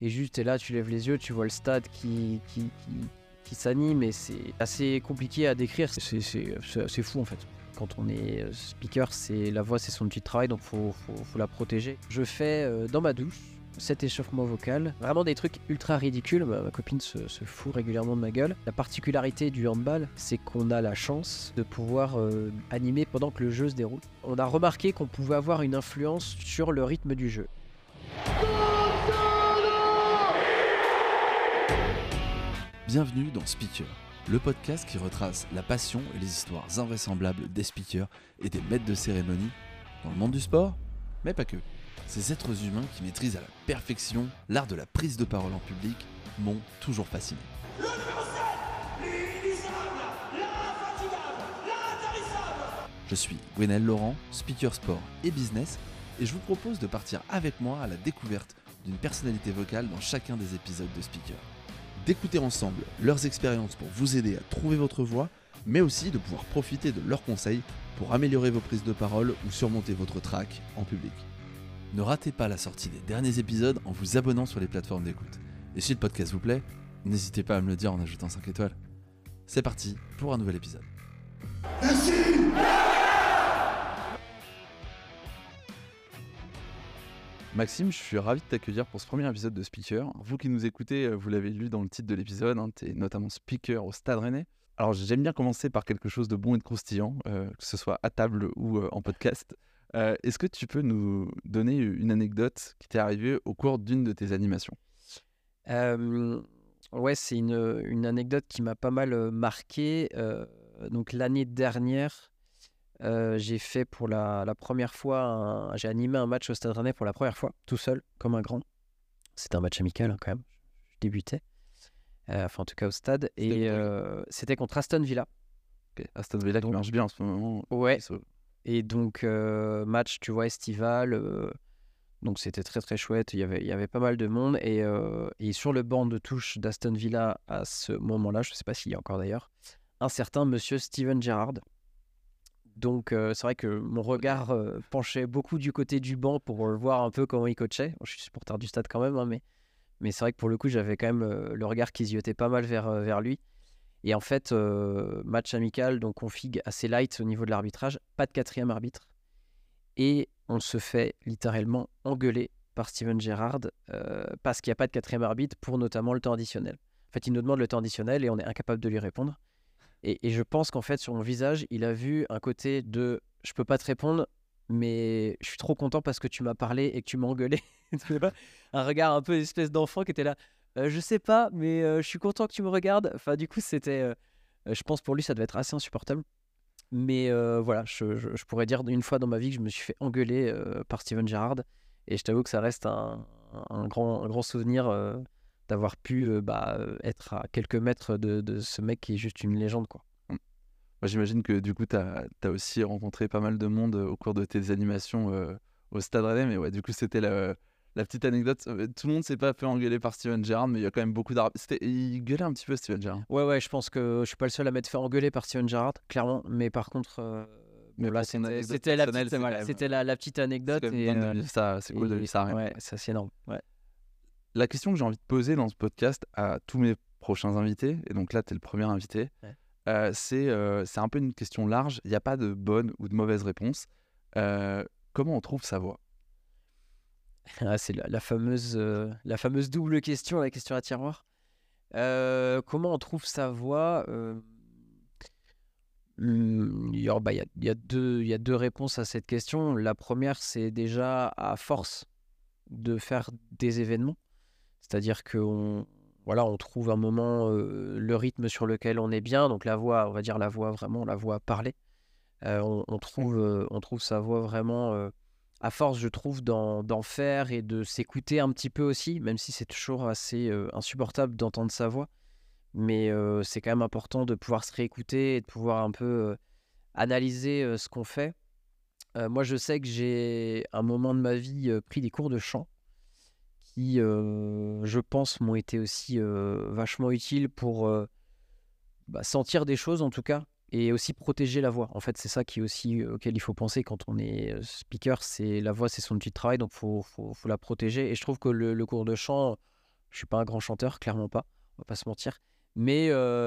Et juste, t'es là, tu lèves les yeux, tu vois le stade qui s'anime et c'est assez compliqué à décrire. C'est fou en fait. Quand on est speaker, la voix, c'est son outil de travail, donc faut la protéger. Je fais dans ma douche cet échauffement vocal, vraiment des trucs ultra ridicules. Ma copine se fout régulièrement de ma gueule. La particularité du handball, c'est qu'on a la chance de pouvoir animer pendant que le jeu se déroule. On a remarqué qu'on pouvait avoir une influence sur le rythme du jeu. Bienvenue dans Speaker, le podcast qui retrace la passion et les histoires invraisemblables des speakers et des maîtres de cérémonie dans le monde du sport, mais pas que. Ces êtres humains qui maîtrisent à la perfection l'art de la prise de parole en public m'ont toujours fasciné. Le numéro 7, l'inélisable, l'infatigable, l'intarissable. Je suis Gwenel Laurent, speaker sport et business, et je vous propose de partir avec moi à la découverte d'une personnalité vocale dans chacun des épisodes de Speaker. D'écouter ensemble leurs expériences pour vous aider à trouver votre voix, mais aussi de pouvoir profiter de leurs conseils pour améliorer vos prises de parole ou surmonter votre trac en public. Ne ratez pas la sortie des derniers épisodes en vous abonnant sur les plateformes d'écoute. Et si le podcast vous plaît, n'hésitez pas à me le dire en ajoutant 5 étoiles. C'est parti pour un nouvel épisode. Merci. Maxime, je suis ravi de t'accueillir pour ce premier épisode de Speaker. Vous qui nous écoutez, vous l'avez lu dans le titre de l'épisode, tu es notamment speaker au Stade Rennais. Alors j'aime bien commencer par quelque chose de bon et de croustillant, que ce soit à table ou en podcast. Est-ce que tu peux nous donner une anecdote qui t'est arrivée au cours d'une de tes animations ? Ouais, c'est une anecdote qui m'a pas mal marqué. Donc l'année dernière, j'ai fait pour la première fois, j'ai animé un match au Stade Rennais pour la première fois, tout seul, comme un grand. C'était un match amical quand même, je débutais, enfin en tout cas au stade, et c'était contre Aston Villa. Okay. Aston Villa qui marche bien en ce moment. Ouais, et donc match, tu vois, estival, donc c'était très très chouette, il y avait pas mal de monde, et sur le banc de touche d'Aston Villa à ce moment-là, je sais pas s'il y a encore d'ailleurs, un certain monsieur Steven Gerrard. Donc c'est vrai que mon regard penchait beaucoup du côté du banc pour voir un peu comment il coachait. Bon, je suis supporter du stade quand même, hein, mais c'est vrai que pour le coup j'avais quand même le regard qui ziotait pas mal vers lui. Et en fait, match amical, donc config assez light au niveau de l'arbitrage, pas de quatrième arbitre. Et on se fait littéralement engueuler par Steven Gerrard parce qu'il n'y a pas de quatrième arbitre pour notamment le temps additionnel. En fait, il nous demande le temps additionnel et on est incapable de lui répondre. Et je pense qu'en fait, sur mon visage, il a vu un côté de « je peux pas te répondre, mais je suis trop content parce que tu m'as parlé et que tu m'as engueulé. » Un regard un peu espèce d'enfant qui était là « je sais pas, mais je suis content que tu me regardes. » Enfin, du coup, c'était... je pense pour lui, ça devait être assez insupportable. Mais voilà, je pourrais dire une fois dans ma vie que je me suis fait engueuler par Steven Gerrard. Et je t'avoue que ça reste un grand souvenir d'avoir pu être à quelques mètres de ce mec qui est juste une légende, quoi. Moi, j'imagine que du coup, tu as aussi rencontré pas mal de monde au cours de tes animations au Stade Rennais. Mais ouais, du coup, c'était la petite anecdote. Tout le monde s'est pas fait engueuler par Steven Gerrard, mais il y a quand même beaucoup d'arbitres. Il gueulait un petit peu, Steven Gerrard. Ouais, je pense que je suis pas le seul à m'être fait engueuler par Steven Gerrard, clairement. Mais par contre, là, c'était la petite anecdote. C'est cool de lui ça. Ouais, c'est assez énorme. Ouais. La question que j'ai envie de poser dans ce podcast à tous mes prochains invités, et donc là, tu es le premier invité, c'est un peu une question large. Il n'y a pas de bonne ou de mauvaise réponse. Comment on trouve sa voix ? C'est la fameuse double question, la question à tiroir. Comment on trouve sa voix ? Il y a deux réponses à cette question. La première, c'est déjà à force de faire des événements. C'est-à-dire qu'on trouve un moment le rythme sur lequel on est bien. Donc la voix, on va dire la voix parlée. On trouve sa voix vraiment à force, je trouve, d'en faire et de s'écouter un petit peu aussi, même si c'est toujours assez insupportable d'entendre sa voix. Mais c'est quand même important de pouvoir se réécouter et de pouvoir un peu analyser ce qu'on fait. Moi, je sais que j'ai, à un moment de ma vie, pris des cours de chant qui, je pense, m'ont été aussi vachement utiles pour sentir des choses, en tout cas, et aussi protéger la voix. En fait, c'est ça qui est aussi auquel il faut penser quand on est speaker. C'est la voix, c'est son outil de travail, donc faut la protéger. Et je trouve que le cours de chant Je suis pas un grand chanteur, clairement pas, on va pas se mentir. Mais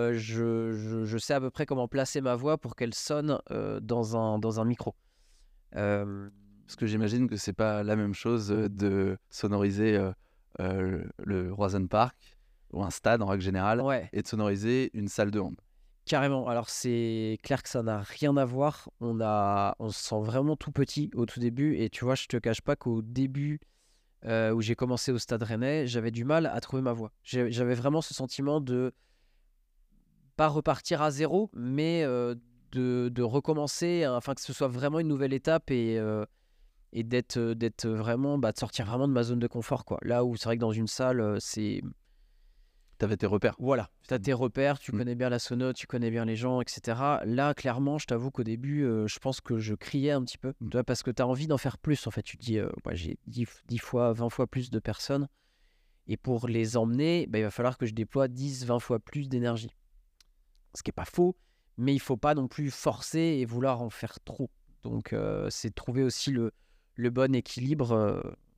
je sais à peu près comment placer ma voix pour qu'elle sonne dans un micro. Euh, Parce que j'imagine que c'est pas la même chose de sonoriser le Roison Park ou un stade en règle générale ouais, et de sonoriser une salle de hand. carrément. Alors c'est clair que ça n'a rien à voir. On se sent vraiment tout petit au tout début. Et tu vois, je te cache pas qu'au début où j'ai commencé au Stade Rennais, j'avais du mal à trouver ma voix. J'avais vraiment ce sentiment de pas repartir à zéro, mais de recommencer, enfin que ce soit vraiment une nouvelle étape et d'être vraiment, de sortir vraiment de ma zone de confort, quoi. Là où c'est vrai que dans une salle, c'est... T'avais tes repères. Voilà, tu as tes repères, tu Mm. connais bien la sono, tu connais bien les gens, etc. Là, clairement, je t'avoue qu'au début, je pense que je criais un petit peu, tu vois, parce que tu as envie d'en faire plus, en fait. Tu te dis, ouais, j'ai 10 fois, 20 fois plus de personnes, et pour les emmener, il va falloir que je déploie 10, 20 fois plus d'énergie. Ce qui n'est pas faux, mais il faut pas non plus forcer et vouloir en faire trop. Donc, c'est de trouver aussi le bon équilibre,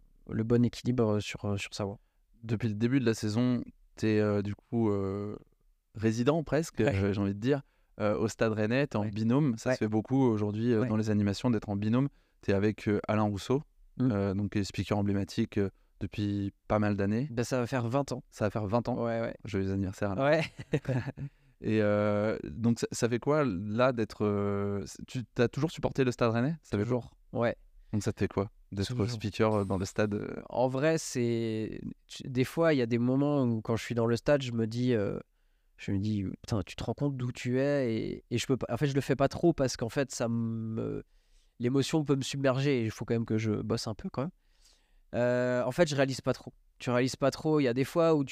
sur sa voie. Depuis le début de la saison, t'es du coup résident presque, Ouais. j'ai envie de dire, au Stade Rennais, t'es en Ouais. binôme. Ça Ouais. se fait beaucoup aujourd'hui Ouais. dans les animations d'être en binôme. T'es avec Alain Rousseau, donc qui est speaker emblématique depuis pas mal d'années. Ça va faire 20 ans. Ça va faire 20 ans. Ouais, ouais. Joyeux anniversaire Alain. Ouais. Et donc ça fait quoi là d'être... tu as toujours supporté le Stade Rennais? Ça fait quoi? Toujours. Ouais. Donc ça te fait quoi d'être Toujours. speaker dans le stade En vrai, des fois, il y a des moments où quand je suis dans le stade, je me dis, putain, tu te rends compte d'où tu es et je peux pas. En fait, je le fais pas trop parce qu'en fait, l'émotion peut me submerger et il faut quand même que je bosse un peu quand même. En fait, je réalise pas trop. Tu réalises pas trop. Il y a des fois où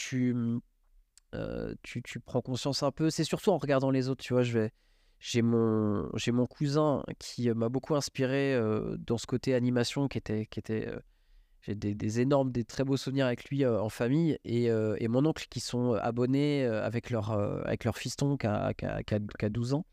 tu prends conscience un peu. C'est surtout en regardant les autres, tu vois. J'ai mon cousin qui m'a beaucoup inspiré dans ce côté animation j'ai des énormes, des très beaux souvenirs avec lui en famille et mon oncle qui sont abonnés avec leur fiston qui a 12 ans.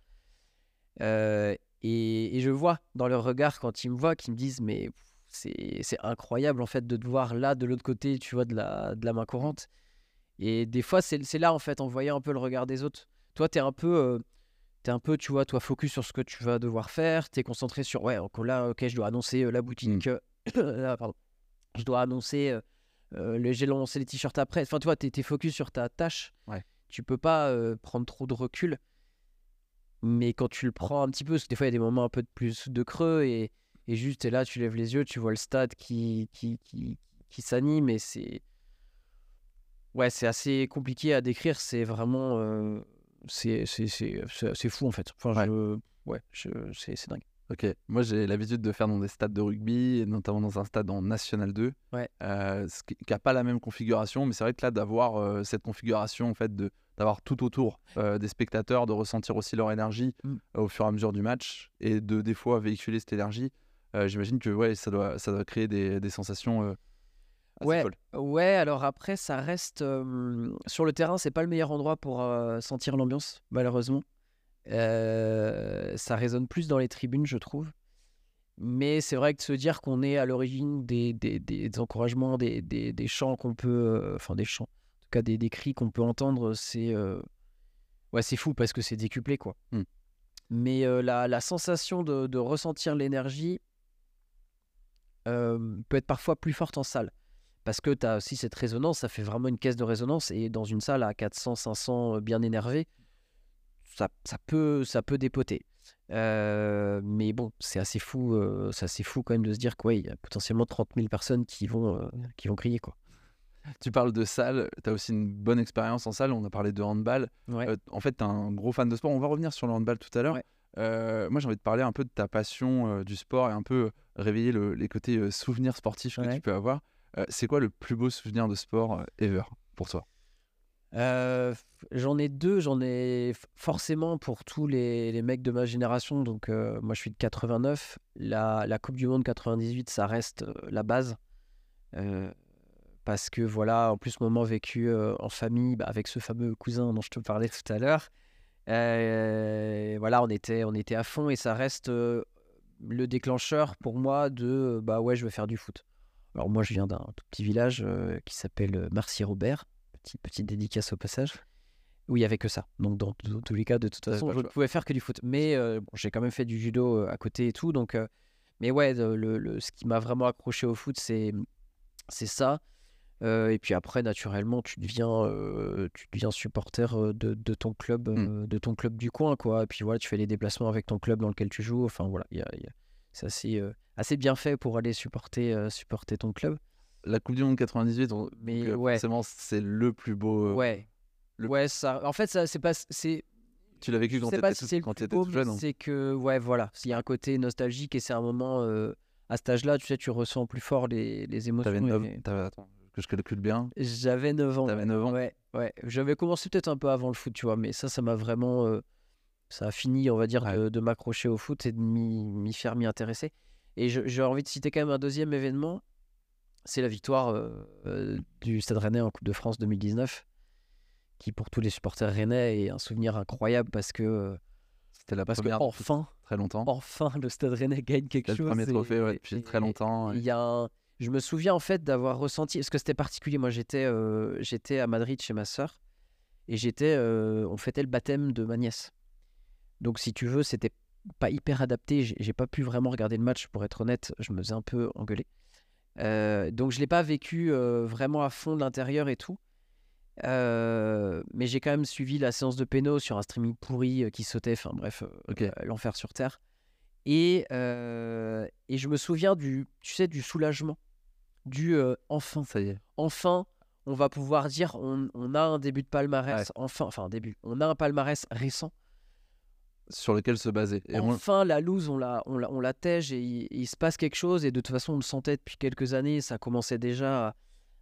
Et je vois dans leur regard quand ils me voient qu'ils me disent mais c'est incroyable en fait de te voir là de l'autre côté, tu vois, de la main courante. Et des fois c'est là en fait en voyant un peu le regard des autres. Toi t'es un peu, tu vois, toi focus sur ce que tu vas devoir faire, t'es concentré sur ouais là ok je dois annoncer la boutique là, pardon. Je dois annoncer, j'ai lancé les t-shirts après. Enfin, tu vois, t'es focus sur ta tâche. Ouais. Tu peux pas prendre trop de recul. Mais quand tu le prends un petit peu, parce que des fois, il y a des moments un peu de plus de creux et juste, t'es là, tu lèves les yeux, tu vois le stade qui s'anime et c'est assez compliqué à décrire. C'est vraiment... c'est fou, en fait. Enfin, c'est dingue. Ok, moi j'ai l'habitude de faire dans des stades de rugby, et notamment dans un stade en National 2, Ouais. qui n'a pas la même configuration, mais c'est vrai que là d'avoir cette configuration, en fait, d'avoir tout autour des spectateurs, de ressentir aussi leur énergie au fur et à mesure du match, et de des fois véhiculer cette énergie, j'imagine que ouais, ça doit créer des sensations assez folles. Ouais, alors après, ça reste... sur le terrain, c'est pas le meilleur endroit pour sentir l'ambiance, malheureusement. Ça résonne plus dans les tribunes, je trouve. Mais c'est vrai que de se dire qu'on est à l'origine des encouragements, des chants qu'on peut... Enfin, des chants. En tout cas, des cris qu'on peut entendre, c'est fou parce que c'est décuplé, quoi. Mais la sensation de ressentir l'énergie peut être parfois plus forte en salle. Parce que tu as aussi cette résonance, ça fait vraiment une caisse de résonance. Et dans une salle à 400, 500 bien énervés, ça peut dépoter. Mais bon, c'est assez fou quand même de se dire qu'il y a potentiellement 30 000 personnes qui vont crier, quoi. Tu parles de salle, tu as aussi une bonne expérience en salle, on a parlé de handball. Ouais. En fait, tu es un gros fan de sport, on va revenir sur le handball tout à l'heure. Ouais. Moi j'ai envie de parler un peu de ta passion du sport et un peu réveiller les côtés souvenirs sportifs que tu peux avoir. C'est quoi le plus beau souvenir de sport ever pour toi? J'en ai deux. J'en ai forcément pour tous les mecs de ma génération. Donc moi je suis de 89. La Coupe du Monde 98, ça reste la base. Parce que voilà, en plus moment vécu en famille avec ce fameux cousin dont je te parlais tout à l'heure. Voilà, on était à fond et ça reste le déclencheur pour moi de ouais, je veux faire du foot. Alors moi, je viens d'un tout petit village qui s'appelle Marcy-Robert, petite dédicace au passage, où il n'y avait que ça. Donc dans tous les cas, de toute T'avais façon, pas je le ne choix. pouvais faire que du foot. Mais bon, j'ai quand même fait du judo à côté et tout. Donc, mais ouais, ce qui m'a vraiment accroché au foot, c'est ça. Et puis après, naturellement, tu deviens supporter de ton club du coin, quoi. Et puis voilà, tu fais les déplacements avec ton club dans lequel tu joues. Enfin voilà, c'est assez bien fait pour aller supporter ton club. La Coupe du Monde 98, donc Mais ouais, forcément, c'est le plus beau. ouais, le- ouais, ça. En fait, ça, c'est pas, c'est. Tu l'as vécu Je quand sais tu pas étais, si c'est le quand plus t'étais beau, tout mais jeune, hein. c'est que, ouais, voilà, il y a un côté nostalgique et c'est un moment. À cet âge-là, tu sais, tu ressens plus fort les T'avais émotions. 9... Et Attends, que je calcule bien. j'avais 9 ans. T'avais Ouais. 9 ans. Ouais. J'avais commencé peut-être un peu avant le foot, tu vois, mais ça m'a vraiment. Ça a fini, on va dire, Ouais. de m'accrocher au foot et de m'y intéresser. Et j'ai envie de citer quand même un deuxième événement, c'est la victoire du Stade Rennais en Coupe de France 2019, qui pour tous les supporters rennais est un souvenir incroyable parce que C'était la parce que première depuis enfin, très longtemps. le Stade Rennais gagne quelque C'était le chose. premier trophée depuis très longtemps. Il y a je me souviens en fait d'avoir ressenti, parce que c'était particulier. Moi, j'étais à Madrid chez ma sœur et on fêtait le baptême de ma nièce. Donc, si tu veux, c'était pas hyper adapté. J'ai pas pu vraiment regarder le match, pour être honnête. Je me faisais un peu engueuler. Donc, je l'ai pas vécu vraiment à fond de l'intérieur et tout. Mais j'ai quand même suivi la séance de péno sur un streaming pourri qui sautait. Enfin bref, Ok. l'enfer sur terre. Et je me souviens tu sais, du soulagement, enfin, Ça y est. enfin, on va pouvoir dire on a un début de palmarès, enfin un début, on a un palmarès récent. Sur lequel se baser. Et moi, Enfin, la loose, on la tège et il se passe quelque chose. Et de toute façon, on le sentait depuis quelques années. Ça commençait déjà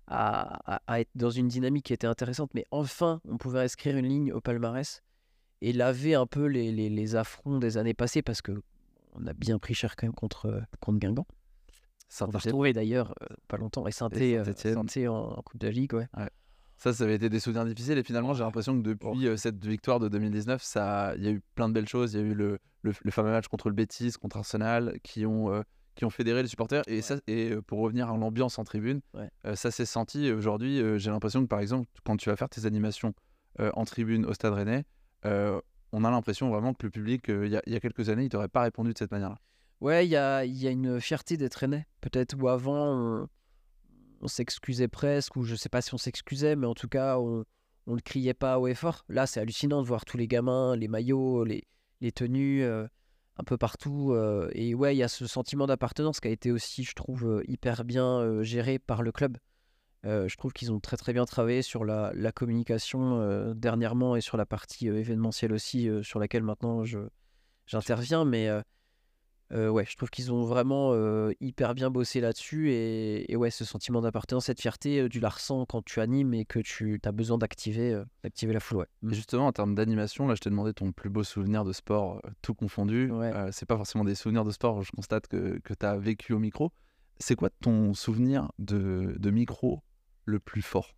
à être dans une dynamique qui était intéressante. Mais enfin, on pouvait inscrire une ligne au palmarès et laver un peu les affronts des années passées, parce que on a bien pris cher quand même contre Guingamp. On va Saint-Étienne, retrouver d'ailleurs pas longtemps. Et Saint-Étienne Saint-Étienne. en Coupe de la Ligue, ouais. ça avait été des souvenirs difficiles. Et finalement, j'ai l'impression que depuis cette victoire de 2019, il y a eu plein de belles choses. Il y a eu le fameux match contre le Betis, contre Arsenal, qui ont fédéré les supporters. Et, pour revenir à l'ambiance en tribune, ça s'est senti. Aujourd'hui, j'ai l'impression que, par exemple, quand tu vas faire tes animations en tribune au Stade Rennais, on a l'impression vraiment que le public, il y a quelques années, il t'aurait pas répondu de cette manière-là. Ouais, il y a une fierté d'être rennais. Peut-être où avant, on s'excusait presque, ou je sais pas si on s'excusait, mais en tout cas, on ne criait pas haut et fort. Là, c'est hallucinant de voir tous les gamins, les maillots, les tenues, un peu partout. Et ouais, il y a ce sentiment d'appartenance qui a été aussi, je trouve, hyper bien géré par le club. Je trouve qu'ils ont très très bien travaillé sur la communication dernièrement, et sur la partie événementielle aussi, sur laquelle maintenant j'interviens. Mais ouais, je trouve qu'ils ont vraiment hyper bien bossé là-dessus. Et ouais, ce sentiment d'appartenance, cette fierté, tu la ressens quand tu animes et que tu as besoin d'activer la foule. Ouais. Et justement, en termes d'animation, là, je t'ai demandé ton plus beau souvenir de sport, tout confondu. Ouais. C'est pas forcément des souvenirs de sport, je constate que tu as vécu au micro. C'est quoi ton souvenir de micro le plus fort?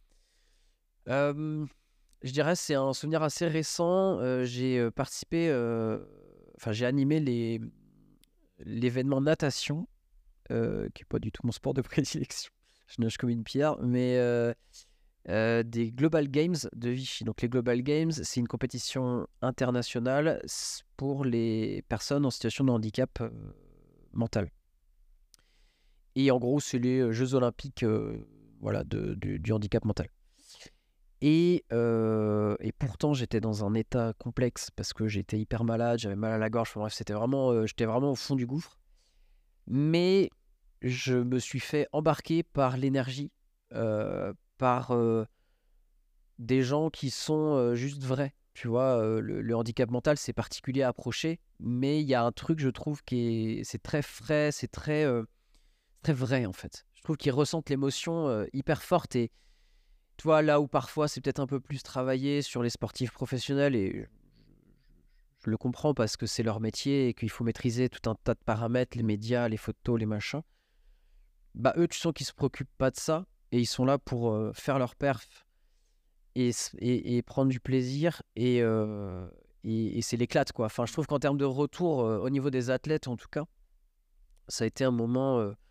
Je dirais c'est un souvenir assez récent. J'ai participé, j'ai animé l'événement natation, qui n'est pas du tout mon sport de prédilection. Je nage comme une pierre, mais des Global Games de Vichy. Donc les Global Games, c'est une compétition internationale pour les personnes en situation de handicap mental. Et en gros, c'est les Jeux Olympiques du handicap mental. Et pourtant, j'étais dans un état complexe parce que j'étais hyper malade, j'avais mal à la gorge. Enfin, bref, j'étais vraiment au fond du gouffre. Mais je me suis fait embarquer par l'énergie, par des gens qui sont juste vrais. Tu vois, le handicap mental, c'est particulier à approcher, mais il y a un truc, je trouve, c'est très frais, c'est très vrai en fait. Je trouve qu'ils ressentent l'émotion hyper forte. Et tu vois, là où parfois c'est peut-être un peu plus travaillé sur les sportifs professionnels, et je le comprends parce que c'est leur métier et qu'il faut maîtriser tout un tas de paramètres, les médias, les photos, les machins. Bah eux, tu sens qu'ils se préoccupent pas de ça et ils sont là pour faire leur perf et prendre du plaisir, et c'est l'éclate, quoi. Enfin, je trouve qu'en termes de retour au niveau des athlètes, en tout cas, ça a été un moment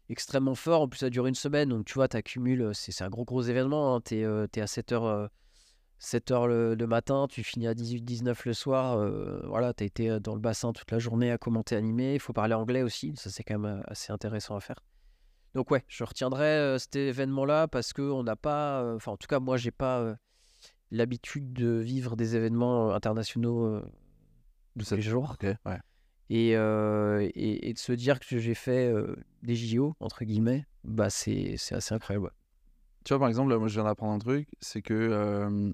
extrêmement fort. En plus, ça dure une semaine, donc tu vois, tu accumules. C'est un gros événement. Hein. Tu es à 7h, 7h le matin, tu finis à 18-19 le soir. Voilà, tu as été dans le bassin toute la journée à commenter, animer. Il faut parler anglais aussi. Ça, c'est quand même assez intéressant à faire. Donc, ouais, je retiendrai cet événement-là parce qu'on n'a pas. Enfin, en tout cas, moi, j'ai pas l'habitude de vivre des événements internationaux De tous les jours. Ok, ouais. Et de se dire que j'ai fait des JO, entre guillemets, bah c'est assez incroyable. Ouais. Tu vois, par exemple, là, moi, je viens d'apprendre un truc, c'est que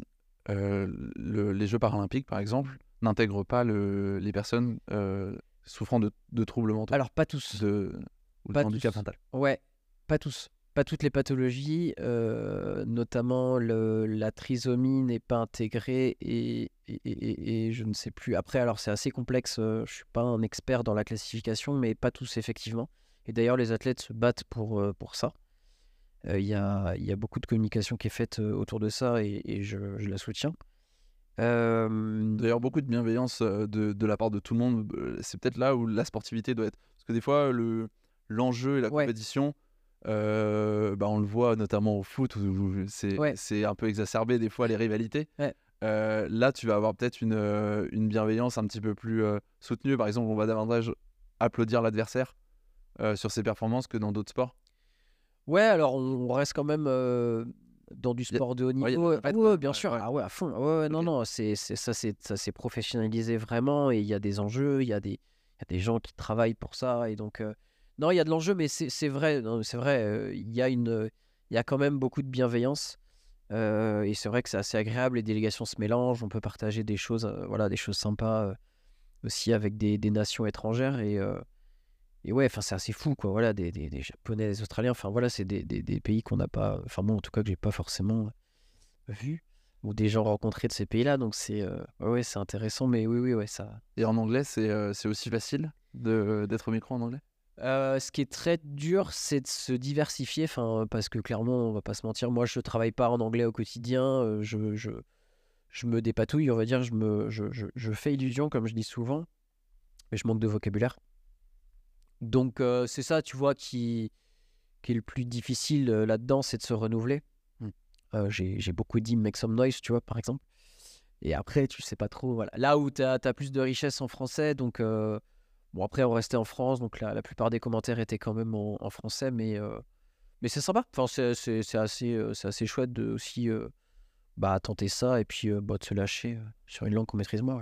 les Jeux paralympiques, par exemple, n'intègrent pas les personnes souffrant de troubles mentaux Alors, pas tous. ou de Pas handicap tous. mental. Ouais, pas tous. Pas toutes les pathologies, notamment la trisomie n'est pas intégrée et je ne sais plus. Après, alors c'est assez complexe, je ne suis pas un expert dans la classification, mais pas tous effectivement. Et d'ailleurs, les athlètes se battent pour ça. Il y a beaucoup de communication qui est faite autour de ça et je la soutiens. D'ailleurs, beaucoup de bienveillance de la part de tout le monde. C'est peut-être là où la sportivité doit être. Parce que des fois, l'enjeu et la Ouais. compétition, on le voit notamment au foot où c'est un peu exacerbé des fois les rivalités. Ouais. Là, tu vas avoir peut-être une bienveillance un petit peu plus soutenue. Par exemple, on va davantage applaudir l'adversaire sur ses performances que dans d'autres sports. Ouais, alors on reste quand même dans du sport de haut ouais, y a niveau. de compète, Ouais, bien ouais, sûr. ouais. Ah ouais, à fond. Ouais, non, Ok. non, ça s'est professionnalisé vraiment et il y a des enjeux, il y a des gens qui travaillent pour ça et donc non, il y a de l'enjeu, mais c'est vrai, non, c'est vrai, il y a quand même beaucoup de bienveillance et c'est vrai que c'est assez agréable. Les délégations se mélangent, on peut partager des choses, voilà, des choses sympas aussi avec des nations étrangères et ouais, enfin c'est assez fou quoi. Voilà, des Japonais, des Australiens, enfin voilà, c'est des pays qu'on n'a pas, enfin moi en tout cas que j'ai pas forcément vu ou des gens rencontrés de ces pays-là. Donc c'est ouais, c'est intéressant, mais oui, ouais, ça. Et en anglais, c'est aussi facile d'être au micro en anglais? Ce qui est très dur, c'est de se diversifier, enfin parce que clairement, on va pas se mentir, moi je travaille pas en anglais au quotidien, je me dépatouille, on va dire, je fais illusion comme je dis souvent, mais je manque de vocabulaire. Donc c'est ça, tu vois, qui est le plus difficile là-dedans, c'est de se renouveler. J'ai beaucoup dit Make Some Noise, tu vois, par exemple. Et après, tu sais pas trop. Voilà. Là où tu as plus de richesse en français, donc bon, après, on restait en France, donc la plupart des commentaires étaient quand même en français, mais c'est sympa. Enfin, c'est assez chouette de aussi tenter ça et puis de se lâcher sur une langue qu'on maîtrise moins. Ouais.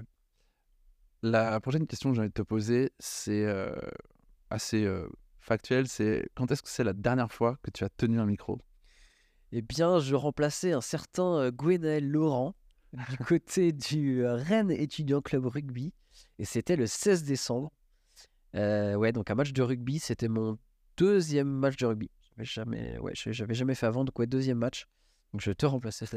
La prochaine question que j'ai envie de te poser, c'est assez factuel. C'est quand est-ce que c'est la dernière fois que tu as tenu un micro? Eh bien, je remplaçais un certain Gwenaël Laurent du côté du Rennes Étudiant Club Rugby. Et c'était le 16 décembre. Ouais, donc un match de rugby. C'était mon deuxième match de rugby. J'avais jamais fait avant. Donc, ouais, deuxième match. Donc, je te remplaçais.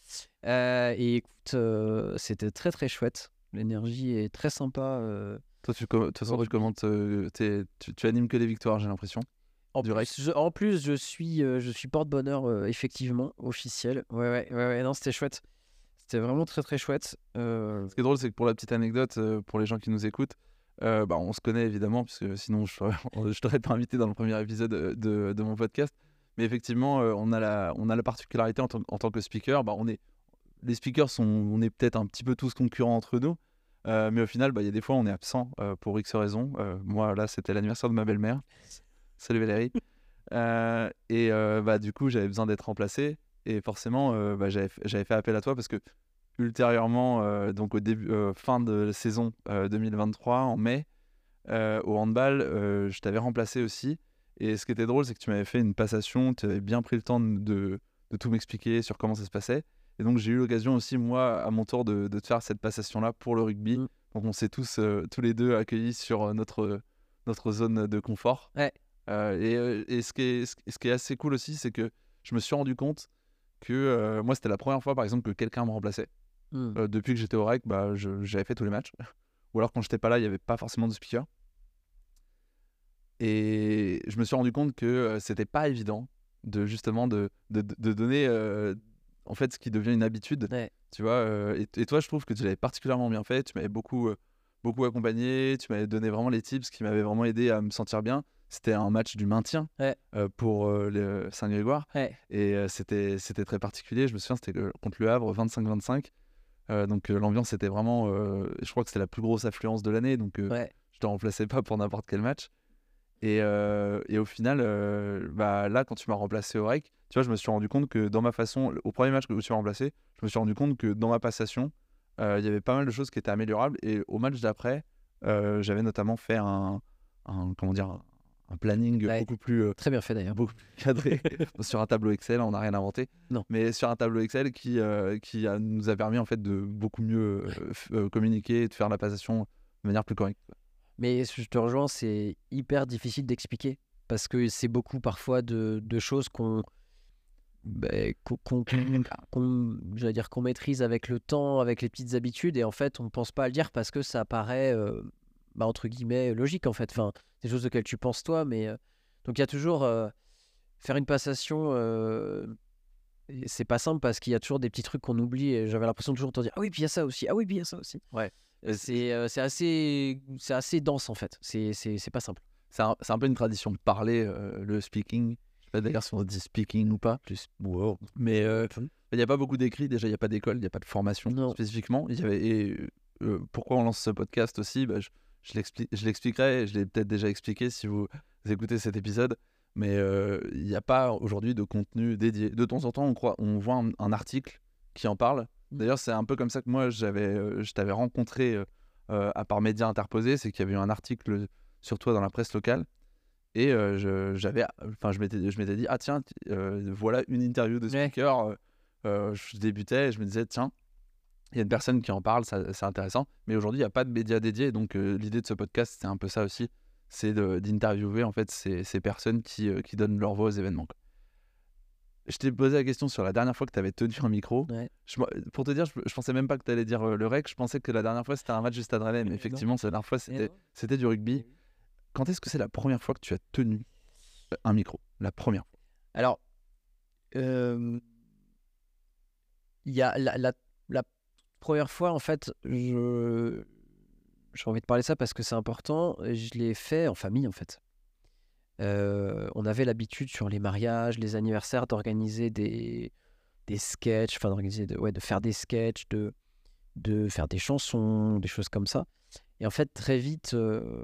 Et écoute, c'était très, très chouette. L'énergie est très sympa. Toi, de toute façon, tu commentes, tu animes que les victoires, j'ai l'impression. En Direct. plus, je suis porte-bonheur, effectivement, officiel. Ouais, non, c'était chouette. C'était vraiment très, très chouette. Ce qui est drôle, c'est que pour la petite anecdote, pour les gens qui nous écoutent, on se connaît évidemment, puisque sinon je t'aurais pas invité dans le premier épisode de mon podcast. Mais effectivement, on a la particularité en tant que speaker, les speakers on est peut-être un petit peu tous concurrents entre nous, mais au final, il y a des fois on est absent pour X raisons. Moi, là, c'était l'anniversaire de ma belle-mère. Salut Valérie. Du coup, j'avais besoin d'être remplacé. Et forcément, j'avais fait appel à toi parce que ultérieurement, donc au début, fin de saison 2023, en mai, au handball, je t'avais remplacé aussi. Et ce qui était drôle, c'est que tu m'avais fait une passation, tu avais bien pris le temps de tout m'expliquer sur comment ça se passait. Et donc, j'ai eu l'occasion aussi, moi, à mon tour, de te faire cette passation-là pour le rugby. Donc, on s'est tous les deux accueillis sur notre zone de confort. Ouais. Et ce qui est assez cool aussi, c'est que je me suis rendu compte que moi, c'était la première fois, par exemple, que quelqu'un me remplaçait. Depuis que j'étais au REC, j'avais fait tous les matchs. Ou alors, quand j'étais pas là, il n'y avait pas forcément de speaker. Et je me suis rendu compte que c'était pas évident de justement de donner en fait ce qui devient une habitude. Ouais. Tu vois, et toi, je trouve que tu l'avais particulièrement bien fait. Tu m'avais beaucoup accompagné. Tu m'avais donné vraiment les tips qui m'avaient vraiment aidé à me sentir bien. c'était un match du maintien Ouais. pour le Saint-Grégoire. Ouais. Et c'était très particulier. Je me souviens, c'était contre Le Havre, 25-25. Donc l'ambiance était vraiment... je crois que c'était la plus grosse affluence de l'année. Donc Ouais. je te remplaçais pas pour n'importe quel match. Et au final, là, quand tu m'as remplacé au REC, tu vois, je me suis rendu compte que dans ma façon... Au premier match où tu m'as remplacé, je me suis rendu compte que dans ma passation, il y avait pas mal de choses qui étaient améliorables. Et au match d'après, j'avais notamment fait un planning Ouais. beaucoup plus... Très bien fait d'ailleurs. beaucoup plus cadré sur un tableau Excel, on n'a rien inventé. Non. Mais sur un tableau Excel qui nous a permis en fait de beaucoup mieux communiquer et de faire la passation de manière plus correcte. Mais je te rejoins, c'est hyper difficile d'expliquer parce que c'est beaucoup parfois de choses qu'on j'allais dire qu'on maîtrise avec le temps, avec les petites habitudes, et en fait on ne pense pas à le dire parce que ça paraît entre guillemets logique en fait. Enfin, des choses auxquelles tu penses toi, mais donc il y a toujours faire une passation. Et c'est pas simple parce qu'il y a toujours des petits trucs qu'on oublie, et j'avais l'impression de toujours te dire ah oui, puis il y a ça aussi, ah oui, puis il y a ça aussi. Ouais. C'est assez dense en fait. C'est pas simple. C'est un peu une tradition de parler, le speaking. Je sais pas d'ailleurs si on dit speaking ou pas. Wow. Mais il n'y a pas beaucoup d'écrits. Déjà, il n'y a pas d'école, il n'y a pas de formation Non. spécifiquement. Pourquoi on lance ce podcast aussi, je l'expliquerai. Je l'ai peut-être déjà expliqué si vous écoutez cet épisode. Mais il n'y a pas aujourd'hui de contenu dédié. De temps en temps, on voit un article qui en parle. D'ailleurs, c'est un peu comme ça que moi, je t'avais rencontré à part médias interposés. C'est qu'il y avait eu un article sur toi dans la presse locale. Et je m'étais dit, ah tiens, voilà une interview de speaker. Je débutais et je me disais, tiens, il y a une personne qui en parle, c'est intéressant. Mais aujourd'hui, il n'y a pas de médias dédiés. Donc, l'idée de ce podcast, c'est un peu ça aussi. C'est d'interviewer en fait ces personnes qui donnent leur voix aux événements. Je t'ai posé la question sur la dernière fois que tu avais tenu un micro. Ouais. Pour te dire, je pensais même pas que tu allais dire le REC. Je pensais que la dernière fois, c'était un match du Stade Rennais. Mais effectivement, la dernière fois, c'était du rugby. Quand est-ce que c'est la première fois que tu as tenu un micro? La première fois. Alors, il y a la première fois, en fait, j'ai envie de parler de ça parce que c'est important. Je l'ai fait en famille, en fait. On avait l'habitude sur les mariages, les anniversaires, d'organiser des sketchs, enfin de faire des sketchs, de faire des chansons, des choses comme ça. Et en fait, très vite,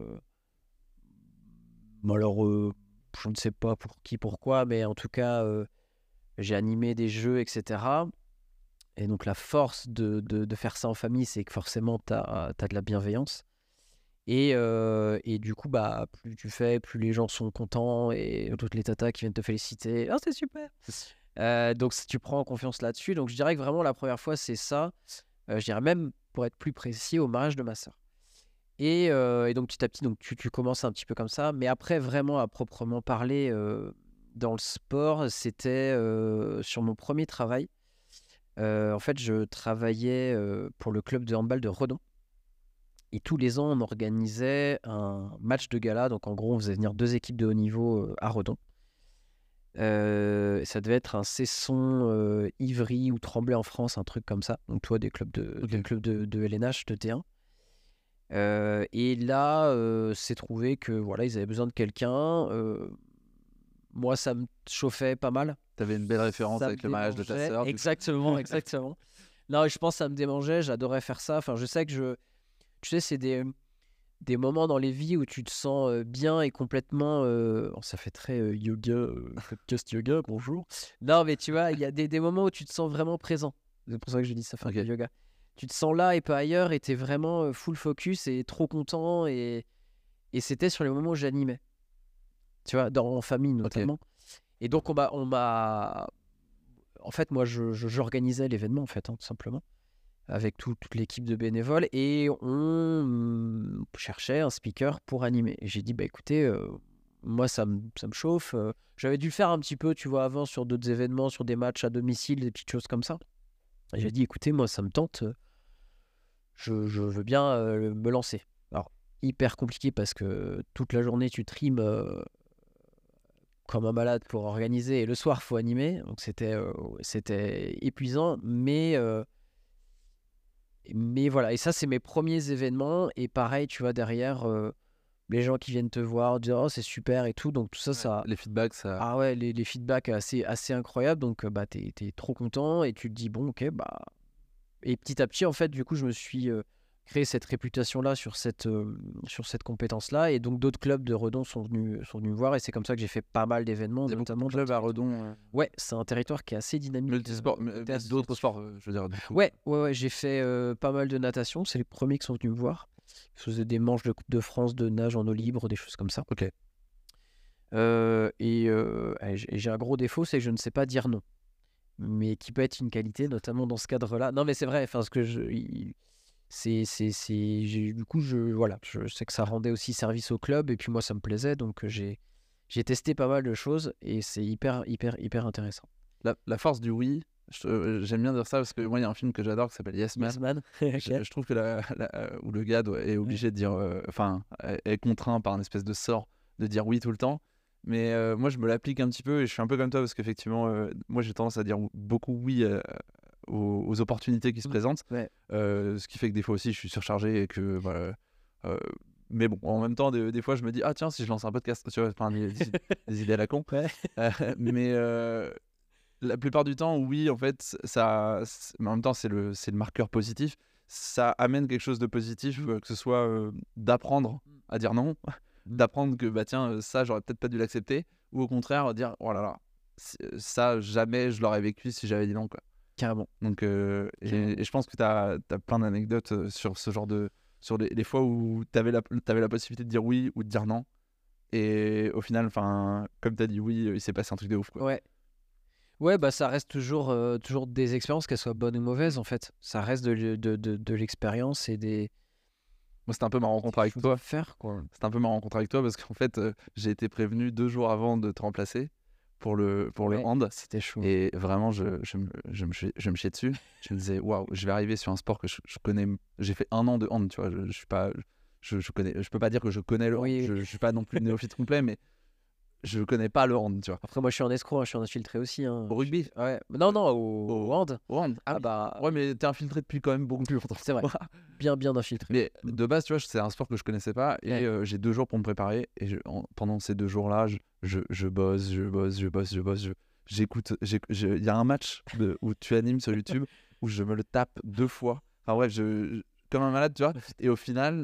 je ne sais pas pourquoi, mais en tout cas, j'ai animé des jeux, etc. Et donc la force de faire ça en famille, c'est que forcément, tu as de la bienveillance. Et du coup, plus tu fais, plus les gens sont contents, et toutes les tatas qui viennent te féliciter. « Ah, c'est super !» Donc tu prends confiance là-dessus. Donc je dirais que vraiment la première fois, c'est ça. Je dirais même, pour être plus précis, au mariage de ma sœur. Et donc petit à petit, donc, tu commences un petit peu comme ça. Mais après, vraiment à proprement parler, dans le sport, c'était sur mon premier travail. En fait, je travaillais pour le club de handball de Redon. Et tous les ans, on organisait un match de gala. Donc en gros, on faisait venir 2 équipes de haut niveau à Redon. Ça devait être un Cesson, Ivry ou Tremblay en France, un truc comme ça. Donc toi, des clubs de LNH, de T1. Et là, c'est trouvé que voilà, ils avaient besoin de quelqu'un. Moi, ça me chauffait pas mal. Tu avais une belle référence Ça avec me le mariage de ta démangeait. sœur. Exactement. Non, je pense que ça me démangeait. J'adorais faire ça. Enfin, je sais que tu sais, c'est des moments dans les vies où tu te sens bien et complètement... ça fait très yoga, podcast yoga, bonjour. Non, mais tu vois, il y a des moments où tu te sens vraiment présent. C'est pour ça que je dis ça fait un peu yoga. Tu te sens là et pas ailleurs, et tu es vraiment full focus et trop content. Et c'était sur les moments où j'animais. Tu vois, en famille notamment. Et donc, on m'a... En fait, moi, j'organisais l'événement, en fait, tout simplement, avec toute l'équipe de bénévoles, et on cherchait un speaker pour animer. Et j'ai dit, écoutez, moi, ça me chauffe. J'avais dû le faire un petit peu, tu vois, avant, sur d'autres événements, sur des matchs à domicile, des petites choses comme ça. Et j'ai dit, écoutez, moi, ça me tente. Je veux bien me lancer. Alors, hyper compliqué parce que toute la journée, tu trimes comme un malade pour organiser, et le soir, il faut animer. Donc, c'était épuisant, mais voilà. Et ça, c'est mes premiers événements. Et pareil, tu vois, derrière, les gens qui viennent te voir, dire oh c'est super et tout, donc tout ça, ça Les feedbacks, ça. ah ouais, les feedbacks assez incroyables, donc bah t'es trop content et tu te dis bon ok bah et petit à petit en fait du coup je me suis créé cette réputation là sur cette compétence là et donc d'autres clubs de Redon sont venus me voir et c'est comme ça que j'ai fait pas mal d'événements Il y a beaucoup notamment de clubs à Redon, ouais c'est un territoire qui est assez dynamique multisport, côté d'autres associatif. sports, je veux dire, du coup. Ouais, j'ai fait pas mal de natation, c'est les premiers qui sont venus me voir. Je faisais des manches de Coupe de France de nage en eau libre, des choses comme ça. Ok. J'ai un gros défaut, c'est que je ne sais pas dire non. Mais qui peut être une qualité, notamment dans ce cadre-là. Non, mais c'est vrai, enfin, ce que du coup, voilà, je sais que ça rendait aussi service au club, et puis moi, ça me plaisait, donc j'ai testé pas mal de choses, et c'est hyper intéressant. La force du oui, j'aime bien dire ça parce que moi, il y a un film que j'adore qui s'appelle Yes Man. Yes, man. Je trouve que où le gars est obligé de dire, enfin, est contraint par un espèce de sort de dire oui tout le temps. Mais moi, je me l'applique un petit peu et je suis un peu comme toi parce qu'effectivement, moi, j'ai tendance à dire beaucoup oui aux opportunités qui se présentent. Ouais. Ce qui fait que des fois aussi, je suis surchargé et que voilà. Mais bon, en même temps, des fois, je me dis, ah tiens, si je lance un podcast, tu vois, enfin, des idées à la con. Ouais. Mais la plupart du temps, oui, en fait, mais en même temps, c'est le marqueur positif. Ça amène quelque chose de positif, que ce soit d'apprendre à dire non, d'apprendre que bah tiens, ça, j'aurais peut-être pas dû l'accepter, ou au contraire, dire oh là là, ça, jamais je l'aurais vécu si j'avais dit non, quoi. Carrément. Donc, et je pense que tu as plein d'anecdotes sur ce genre de. Sur les fois où tu avais la possibilité de dire oui ou de dire non. Et au final, comme tu as dit oui, il s'est passé un truc de ouf, quoi. Ouais, bah ça reste toujours des expériences, qu'elles soient bonnes ou mauvaises en fait. Ça reste de l'expérience et des Moi, c'était un peu ma rencontre avec choses toi. à faire, quoi. C'était un peu ma rencontre avec toi parce qu'en fait, j'ai été prévenu 2 jours avant de te remplacer pour le Ouais, hand. c'était chaud. Et vraiment, je me chiais dessus. Je me disais, waouh, je vais arriver sur un sport que je connais. J'ai fait 1 an de hand, tu vois. Je suis pas, je connais. Je peux pas dire que je connais le hand. Oui. Je suis pas non plus néophyte complet, mais je connais pas le hand, tu vois. Après, moi je suis un escroc, hein, je suis un infiltré aussi. Au rugby. Ouais. Non, au hand. Au hand. Ah bah, Ouais, mais t'es infiltré depuis quand même beaucoup plus longtemps. c'est vrai. Bien infiltré. Mais de base, tu vois, c'est un sport que je connaissais pas et Ouais. j'ai 2 jours pour me préparer. Et pendant ces 2 jours-là, je bosse. J'écoute. Il y a un match où tu animes sur YouTube où je me le tape 2 fois. Enfin bref, comme un malade, tu vois. Et au final,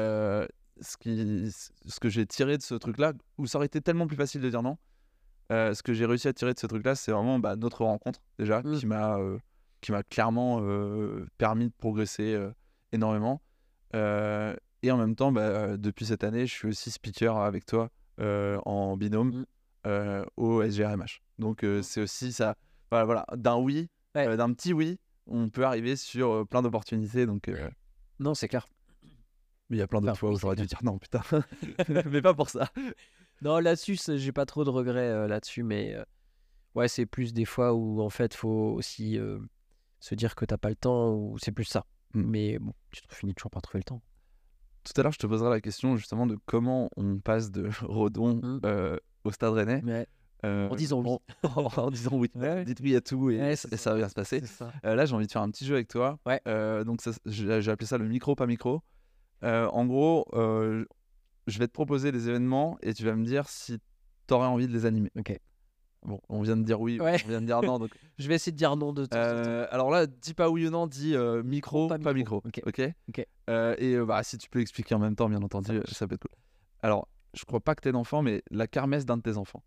ce que j'ai tiré de ce truc-là, où ça aurait été tellement plus facile de dire non, ce que j'ai réussi à tirer de ce truc-là, c'est vraiment notre rencontre déjà qui m'a clairement permis de progresser énormément. Et en même temps, depuis cette année, je suis aussi speaker avec toi en binôme au SGRMH. Donc c'est aussi ça. Voilà, d'un oui, Ouais. d'un petit oui, on peut arriver sur plein d'opportunités. Donc, Non, c'est clair. mais il y a plein d'autres Enfin, fois où oui, j'aurais c'est dû dire non, putain. Mais pas pour ça. Non, là-dessus, j'ai pas trop de regrets là-dessus, mais ouais, c'est plus des fois où en fait, faut aussi se dire que t'as pas le temps, ou c'est plus ça. Mais bon, tu finis toujours par trouver le temps. Tout à l'heure, je te poserai la question justement de comment on passe de Redon au Stade Rennais. Ouais. En disant oui. En disant oui. Ouais. Dites oui à tout et, Ouais, et c'est ça va bien se passer. C'est ça. Là, j'ai envie de faire un petit jeu avec toi. Ouais. Donc, j'ai appelé ça le micro, pas micro. En gros, je vais te proposer des événements et tu vas me dire si tu aurais envie de les animer. Ok. Bon, on vient de dire oui, Ouais. on vient de dire non. Donc, Je vais essayer de dire non de temps en temps. alors là, dis pas oui ou non, dis micro, Pas pas micro. micro. Ok. Ok. Et si tu peux expliquer en même temps, bien entendu, marche. ça peut être cool. Alors, je crois pas que t'aies d'enfant, mais la kermesse d'un de tes enfants.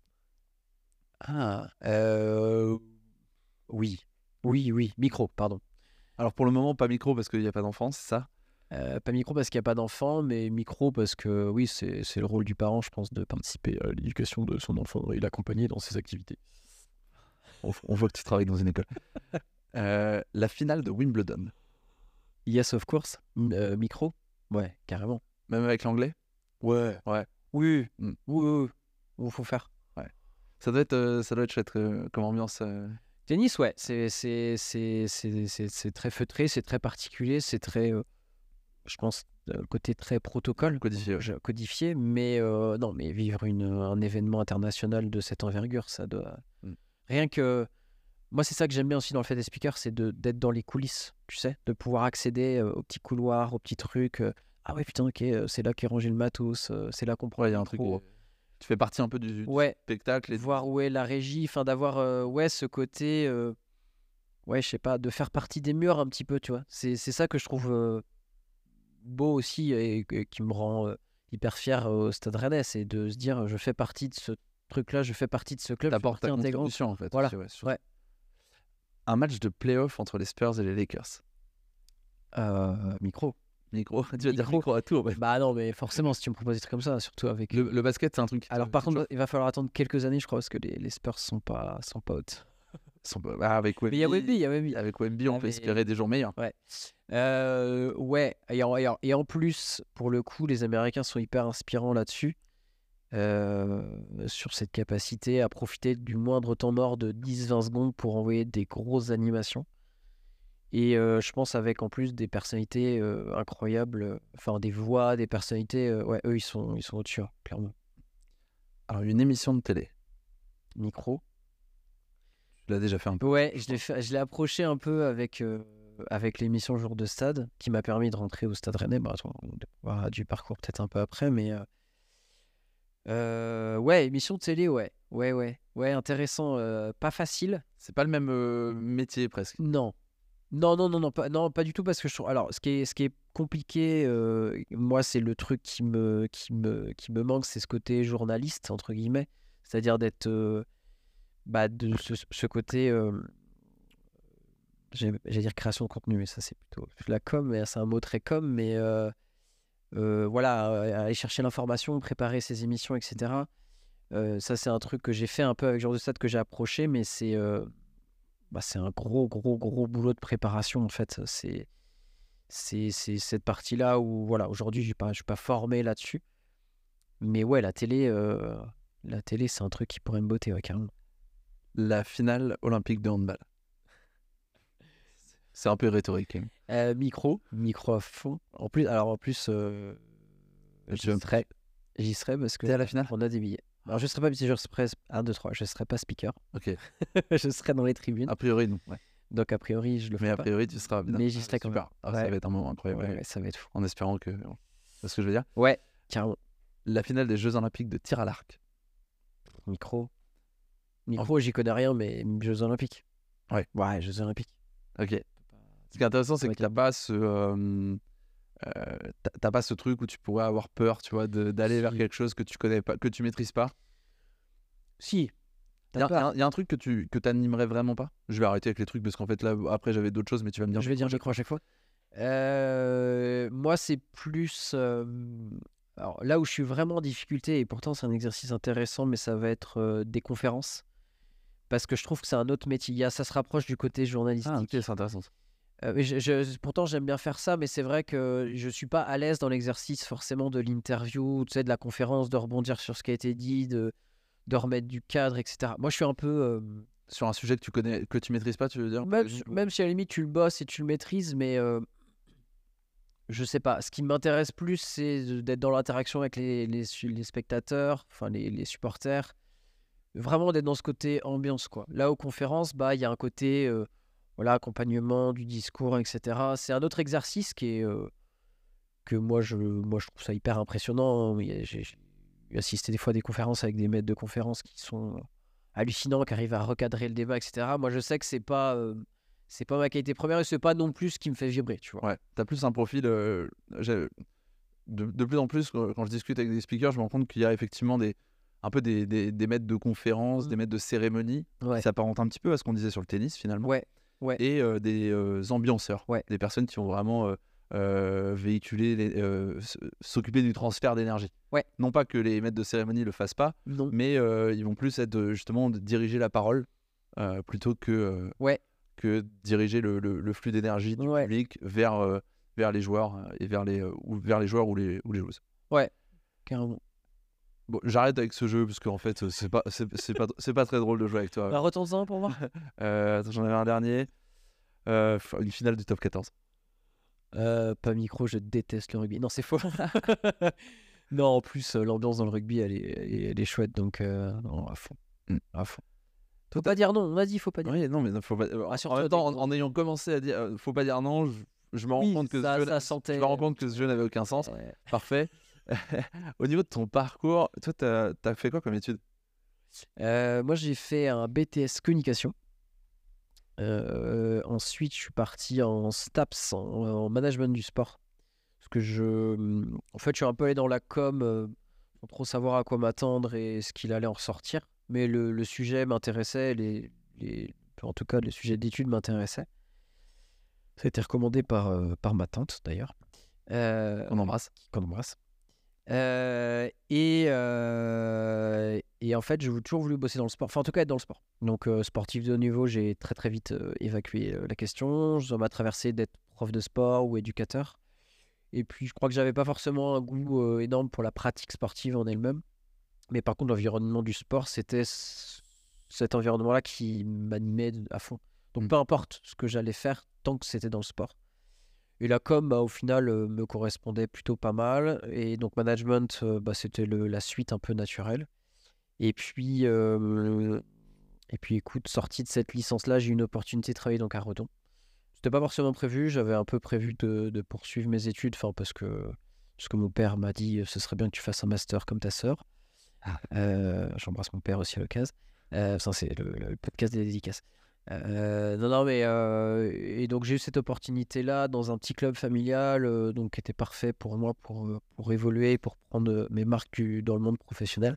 Ah. Oui. Micro, pardon. Alors pour le moment, pas micro parce qu'il n'y a pas d'enfant, c'est ça? Pas micro parce qu'il n'y a pas d'enfant, mais micro parce que oui, c'est le rôle du parent, je pense, de participer à l'éducation de son enfant et l'accompagner dans ses activités. On voit que tu travailles dans une école. La finale de Wimbledon. Yes, of course. Micro. Ouais, carrément. Même avec l'anglais? Ouais. Ouais. Oui. Mm. Oui. Faut faire. Ça doit être chouette comme ambiance. Tennis, ouais. C'est très feutré, c'est très particulier, c'est très, je pense, côté très protocole. Codifié, ouais. Codifié, mais non, mais vivre un événement international de cette envergure, ça doit. Rien que. Moi, c'est ça que j'aime bien aussi dans le fait des speakers, c'est d'être dans les coulisses, tu sais, de pouvoir accéder aux petits couloirs, aux petits trucs, ah ouais, putain, ok, c'est là qu'est rangé le matos, c'est là qu'on prend Ouais, il y le a un truc. micro. Tu fais partie un peu du Ouais, spectacle. voir où est la régie, enfin d'avoir ouais, ce côté, ouais, je sais pas, de faire partie des murs un petit peu, tu vois. C'est ça que je trouve beau aussi et qui me rend hyper fier au Stade Rennais, c'est de se dire je fais partie de ce truc-là, je fais partie de ce club, je fais T'apportes partie ta intégrante. contribution en fait. Voilà, aussi, ouais, surtout. ouais. Un match de play-off entre les Spurs et les Lakers. Micro. Micro, tu vas dire Micro. micro à tout en fait. Bah non, mais forcément, si tu me proposes des trucs comme ça, surtout avec. Le basket, c'est un truc. Alors par contre, il va falloir attendre quelques années, je crois, parce que les Spurs sont pas hautes. Avec Wemby, Mais il y a Wemby, il y a Wemby. avec Wemby, on Ah, peut mais- espérer des jours meilleurs. Ouais. Ouais. Et en plus, pour le coup, les Américains sont hyper inspirants là-dessus. Sur cette capacité à profiter du moindre temps mort de 10-20 secondes pour envoyer des grosses animations. Et je pense avec en plus des personnalités incroyables, enfin des voix, des personnalités, ouais, eux ils sont au-dessus, hein, clairement. Alors, une émission de télé. Micro. Tu l'as déjà fait un peu. Ouais, je l'ai approché un peu avec l'émission Jour de Stade, qui m'a permis de rentrer au Stade Rennais. Bah, attends, on parlera du parcours peut-être un peu après, mais ouais, émission de télé, ouais, intéressant, pas facile. C'est pas le même métier presque. Non, pas du tout parce que je trouve. Alors, ce qui est compliqué, moi, c'est le truc qui me manque, c'est ce côté journaliste entre guillemets, c'est-à-dire d'être, de ce côté, j'allais dire création de contenu, mais ça c'est plutôt la com, mais c'est un mot très com, mais voilà, aller chercher l'information, préparer ses émissions, etc. Ça c'est un truc que j'ai fait un peu avec Jour de Stade que j'ai approché, mais c'est un gros boulot de préparation en fait. C'est cette partie-là où voilà, aujourd'hui je suis pas formé là-dessus, mais ouais, la télé c'est un truc qui pourrait me botter, ouais, carrément. La finale olympique de handball. C'est un peu rhétorique. Hein. Micro à fond. En plus, j'y serais parce que T'es à la finale on a des billets. Alors je serais pas, je serais 1, 2, 3, je serais pas speaker. Ok. Je serais dans les tribunes. A priori, non. Ouais. Donc a priori, je le Mais ferai a pas. priori, tu seras. Mais j'y serai quand super. même. Ah, Ouais. Ça va être un moment incroyable. Ouais, ça va être fou. En espérant que. Tu vois ce que je veux dire. Ouais, carrément. La finale des Jeux Olympiques de tir à l'arc. Micro, j'y connais rien, mais Jeux Olympiques. Ouais. Ouais, Jeux Olympiques. Ok. Ce qui est intéressant, c'est Ouais, que t'as pas ce truc où tu pourrais avoir peur, tu vois, d'aller vers Si. quelque chose que tu connais pas, que tu maîtrises pas. Si. Il y a un truc que t'animerais vraiment pas. Je vais arrêter avec les trucs parce qu'en fait là après j'avais d'autres choses, mais tu vas me dire. Je vais dire micro à chaque fois. Moi, c'est plus. Alors là où je suis vraiment en difficulté, et pourtant c'est un exercice intéressant, mais ça va être des conférences. Parce que je trouve que c'est un autre métier. Ça se rapproche du côté journalistique. Ah ok, c'est intéressant. Mais pourtant, j'aime bien faire ça, mais c'est vrai que je suis pas à l'aise dans l'exercice forcément de l'interview, tu sais, de la conférence, de rebondir sur ce qui a été dit, de remettre du cadre, etc. Moi, je suis un peu. Sur un sujet que tu connais, que tu maîtrises pas, tu veux dire. Même si à la limite tu le bosses et tu le maîtrises, mais je sais pas. Ce qui m'intéresse plus, c'est d'être dans l'interaction avec les spectateurs, enfin les supporters. Vraiment d'être dans ce côté ambiance, quoi. Là, aux conférences, il y a un côté voilà, accompagnement du discours, etc. C'est un autre exercice qui est que moi je trouve ça hyper impressionnant. J'ai assisté des fois à des conférences avec des maîtres de conférences qui sont hallucinants, qui arrivent à recadrer le débat, etc. Moi, je sais que c'est pas ma qualité première et c'est pas non plus ce qui me fait vibrer, tu vois. Ouais, t'as plus un profil. De plus en plus, quand je discute avec des speakers, je me rends compte qu'il y a effectivement un peu des maîtres de conférences, des maîtres de cérémonie, Ouais. qui s'apparentent un petit peu à ce qu'on disait sur le tennis finalement. Ouais. Et des ambianceurs, Ouais. des personnes qui ont vraiment véhiculé, s'occuper du transfert d'énergie. Ouais. Non pas que les maîtres de cérémonie le fassent pas, Non. mais ils vont plus être justement de diriger la parole plutôt que diriger le flux d'énergie du public vers les joueurs et vers les joueurs ou les joueuses. Ouais, carrément. Bon, j'arrête avec ce jeu parce qu'en fait c'est pas très drôle de jouer avec toi. Retente-en pour voir. Attends, j'en avais un dernier. Une finale du top 14. Pas micro, je déteste le rugby. Non, c'est faux. Non, en plus, l'ambiance dans le rugby, elle est chouette, donc non, à fond. À fond. Faut pas dire non, on a dit faut pas dire. Oui, non, mais faut pas. En même temps, en ayant commencé à dire faut pas dire non, je me rends Oui, compte que ça ce jeu, ça sentait, je me rends compte que ce jeu n'avait aucun sens. ouais. Parfait. Au niveau de ton parcours, toi, t'as fait quoi comme étude? Moi, j'ai fait un BTS communication. Ensuite, je suis parti en STAPS, en management du sport. Parce que en fait, je suis un peu allé dans la com, sans trop savoir à quoi m'attendre et ce qu'il allait en ressortir. Mais le sujet m'intéressait, en tout cas, le sujet d'études m'intéressait. Ça a été recommandé par ma tante, d'ailleurs, On embrasse. qu'on embrasse. Et en fait, j'ai toujours voulu bosser dans le sport. Enfin, en tout cas, être dans le sport. Donc, sportif de haut niveau, j'ai très très vite évacué la question. Ça m'a traversé d'être prof de sport ou éducateur. Et puis, je crois que j'avais pas forcément un goût énorme pour la pratique sportive en elle-même. Mais par contre, l'environnement du sport, c'était cet environnement-là qui m'animait à fond. Donc, peu importe ce que j'allais faire, tant que c'était dans le sport. Et la com, bah, au final, me correspondait plutôt pas mal. Et donc, management, bah, c'était la suite un peu naturelle. Et puis, écoute, sorti de cette licence-là, j'ai eu une opportunité de travailler donc à Redon. C'était pas forcément prévu. J'avais un peu prévu de poursuivre mes études, enfin, parce que mon père m'a dit ce serait bien que tu fasses un master comme ta sœur. J'embrasse mon père aussi à l'occasion. Ça, c'est le podcast des dédicaces. Non, mais et donc j'ai eu cette opportunité-là dans un petit club familial, donc qui était parfait pour moi pour évoluer, pour prendre mes marques dans le monde professionnel.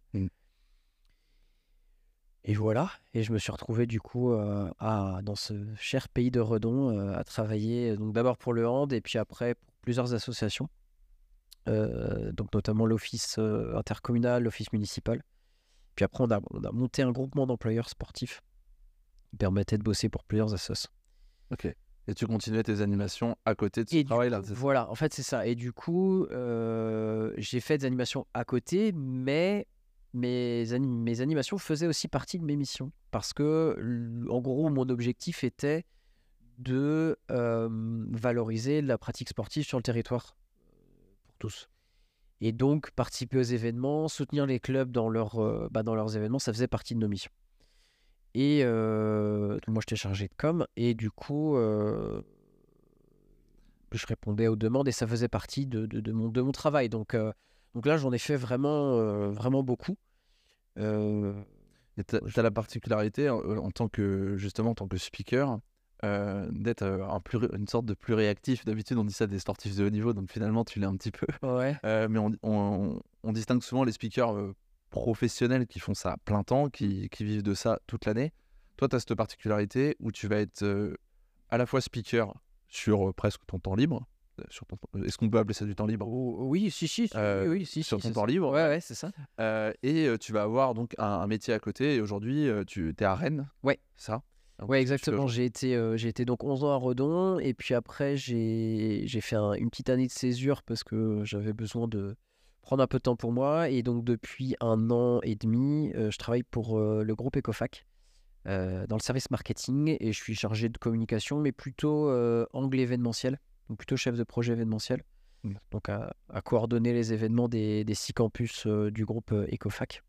Et voilà, et je me suis retrouvé du coup dans ce cher pays de Redon à travailler donc d'abord pour le hand et puis après pour plusieurs associations, donc notamment l'office intercommunal, l'office municipal. Puis après on a monté un groupement d'employeurs sportifs qui permettait de bosser pour plusieurs assos. Ok. Et tu continuais tes animations à côté de ce travail-là, c'est ça? Voilà, en fait c'est ça. Et du coup, j'ai fait des animations à côté, mais mes animations faisaient aussi partie de mes missions. Parce que, en gros, mon objectif était de valoriser la pratique sportive sur le territoire pour tous. Et donc, participer aux événements, soutenir les clubs dans leurs événements, ça faisait partie de nos missions. Et donc moi, j'étais chargé de com. Et du coup, je répondais aux demandes et ça faisait partie de mon travail. Donc là, j'en ai fait vraiment beaucoup. Et t'as la particularité en tant que speaker d'être une sorte de plus réactif. D'habitude, on dit ça des sportifs de haut niveau, donc finalement, tu l'es un petit peu. Ouais. Mais on distingue souvent les speakers professionnels qui font ça à plein temps, qui vivent de ça toute l'année. Toi, tu as cette particularité où tu vas être à la fois speaker sur presque ton temps libre. Est-ce qu'on peut appeler ça du temps libre? Oui, si, oui, sur ton c'est temps ça. libre. Ouais, c'est ça. Et tu vas avoir donc un métier à côté. Et aujourd'hui, tu es à Rennes. Ouais. Ça. Donc, Ouais, qu'est-ce que tu fais exactement. aujourd'hui? J'ai été donc 11 ans à Redon et puis après j'ai fait une petite année de césure parce que j'avais besoin de prendre un peu de temps pour moi et donc depuis 1 an et demi, je travaille pour le groupe Ecofac dans le service marketing et je suis chargé de communication mais plutôt angle événementiel, donc plutôt chef de projet événementiel. Donc à coordonner les événements des 6 campus du groupe Ecofac.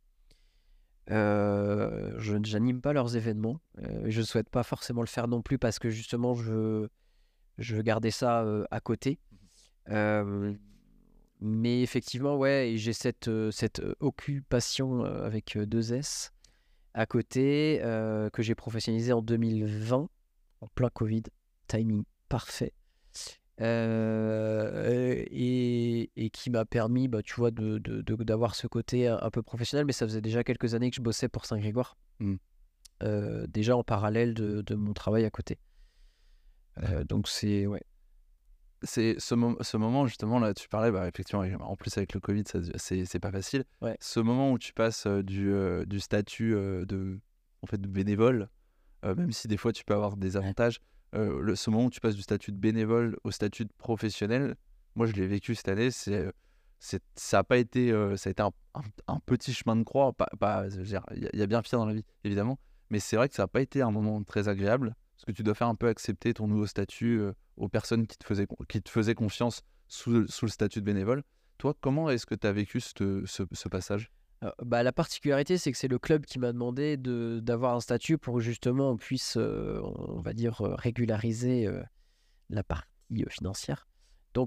Je n'anime pas leurs événements. Je ne souhaite pas forcément le faire non plus parce que justement, je veux garder ça à côté. Mais effectivement, ouais, et j'ai cette occupation avec 2S à côté que j'ai professionnalisé en 2020, en plein Covid, timing parfait. Et qui m'a permis, bah, tu vois, d'avoir ce côté un peu professionnel, mais ça faisait déjà quelques années que je bossais pour Saint-Grégoire, déjà en parallèle de mon travail à côté. Donc c'est C'est ce moment justement là, tu parlais, bah, effectivement, en plus avec le Covid, c'est pas facile. Ouais. Ce moment où tu passes du statut de bénévole, même si des fois tu peux avoir des avantages, ce moment où tu passes du statut de bénévole au statut de professionnel, moi je l'ai vécu cette année, ça a pas été, ça a été un petit chemin de croix. Je veux dire, il y a bien pire dans la vie, évidemment, mais c'est vrai que ça n'a pas été un moment très agréable, parce que tu dois faire un peu accepter ton nouveau statut aux personnes qui te faisaient confiance sous le statut de bénévole. Toi, comment est-ce que tu as vécu ce passage? Bah, la particularité, c'est que c'est le club qui m'a demandé d'avoir un statut pour que justement on puisse, on va dire, régulariser la partie partie financière. Donc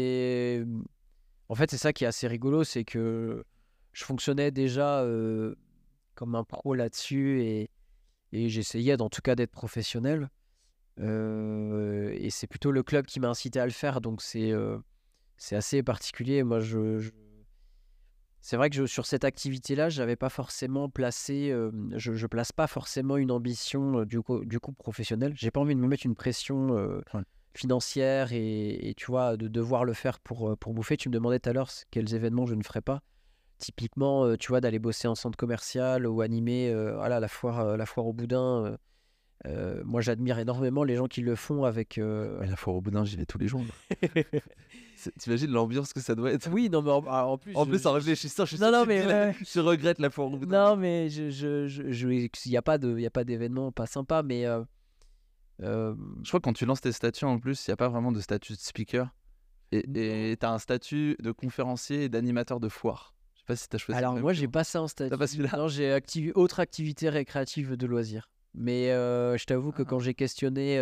en fait, c'est ça qui est assez rigolo, c'est que je fonctionnais déjà comme un pro là-dessus et j'essayais en tout cas d'être professionnel. Et c'est plutôt le club qui m'a incité à le faire, donc c'est assez particulier. Moi, c'est vrai que sur cette activité-là, j'avais pas forcément placé, je place pas forcément une ambition du coup professionnelle. J'ai pas envie de me mettre une pression Ouais. financière et tu vois, de devoir le faire pour bouffer. Tu me demandais tout à l'heure quels événements je ne ferais pas. Typiquement, tu vois, d'aller bosser en centre commercial ou animer voilà, la foire au boudin. Moi, j'admire énormément les gens qui le font avec. Mais la foire au boudin, j'y vais tous les jours. T'imagines l'ambiance que ça doit être? Oui, non, mais en plus. En plus, en réfléchissant, je suis Non, non, sûr que tu mais te dis, là, ouais. je regrette la foire au boudin. Non, mais il y a pas d'événement pas sympa, mais Je crois que quand tu lances tes statuts, en plus, il n'y a pas vraiment de statut de speaker. Et tu as un statut de conférencier et d'animateur de foire. Je sais pas si tu as choisi. alors le même moi, que j'ai moi. pas ça en statut. T'as pas celui-là? Non, j'ai autre activité récréative de loisirs. Mais je t'avoue que quand j'ai questionné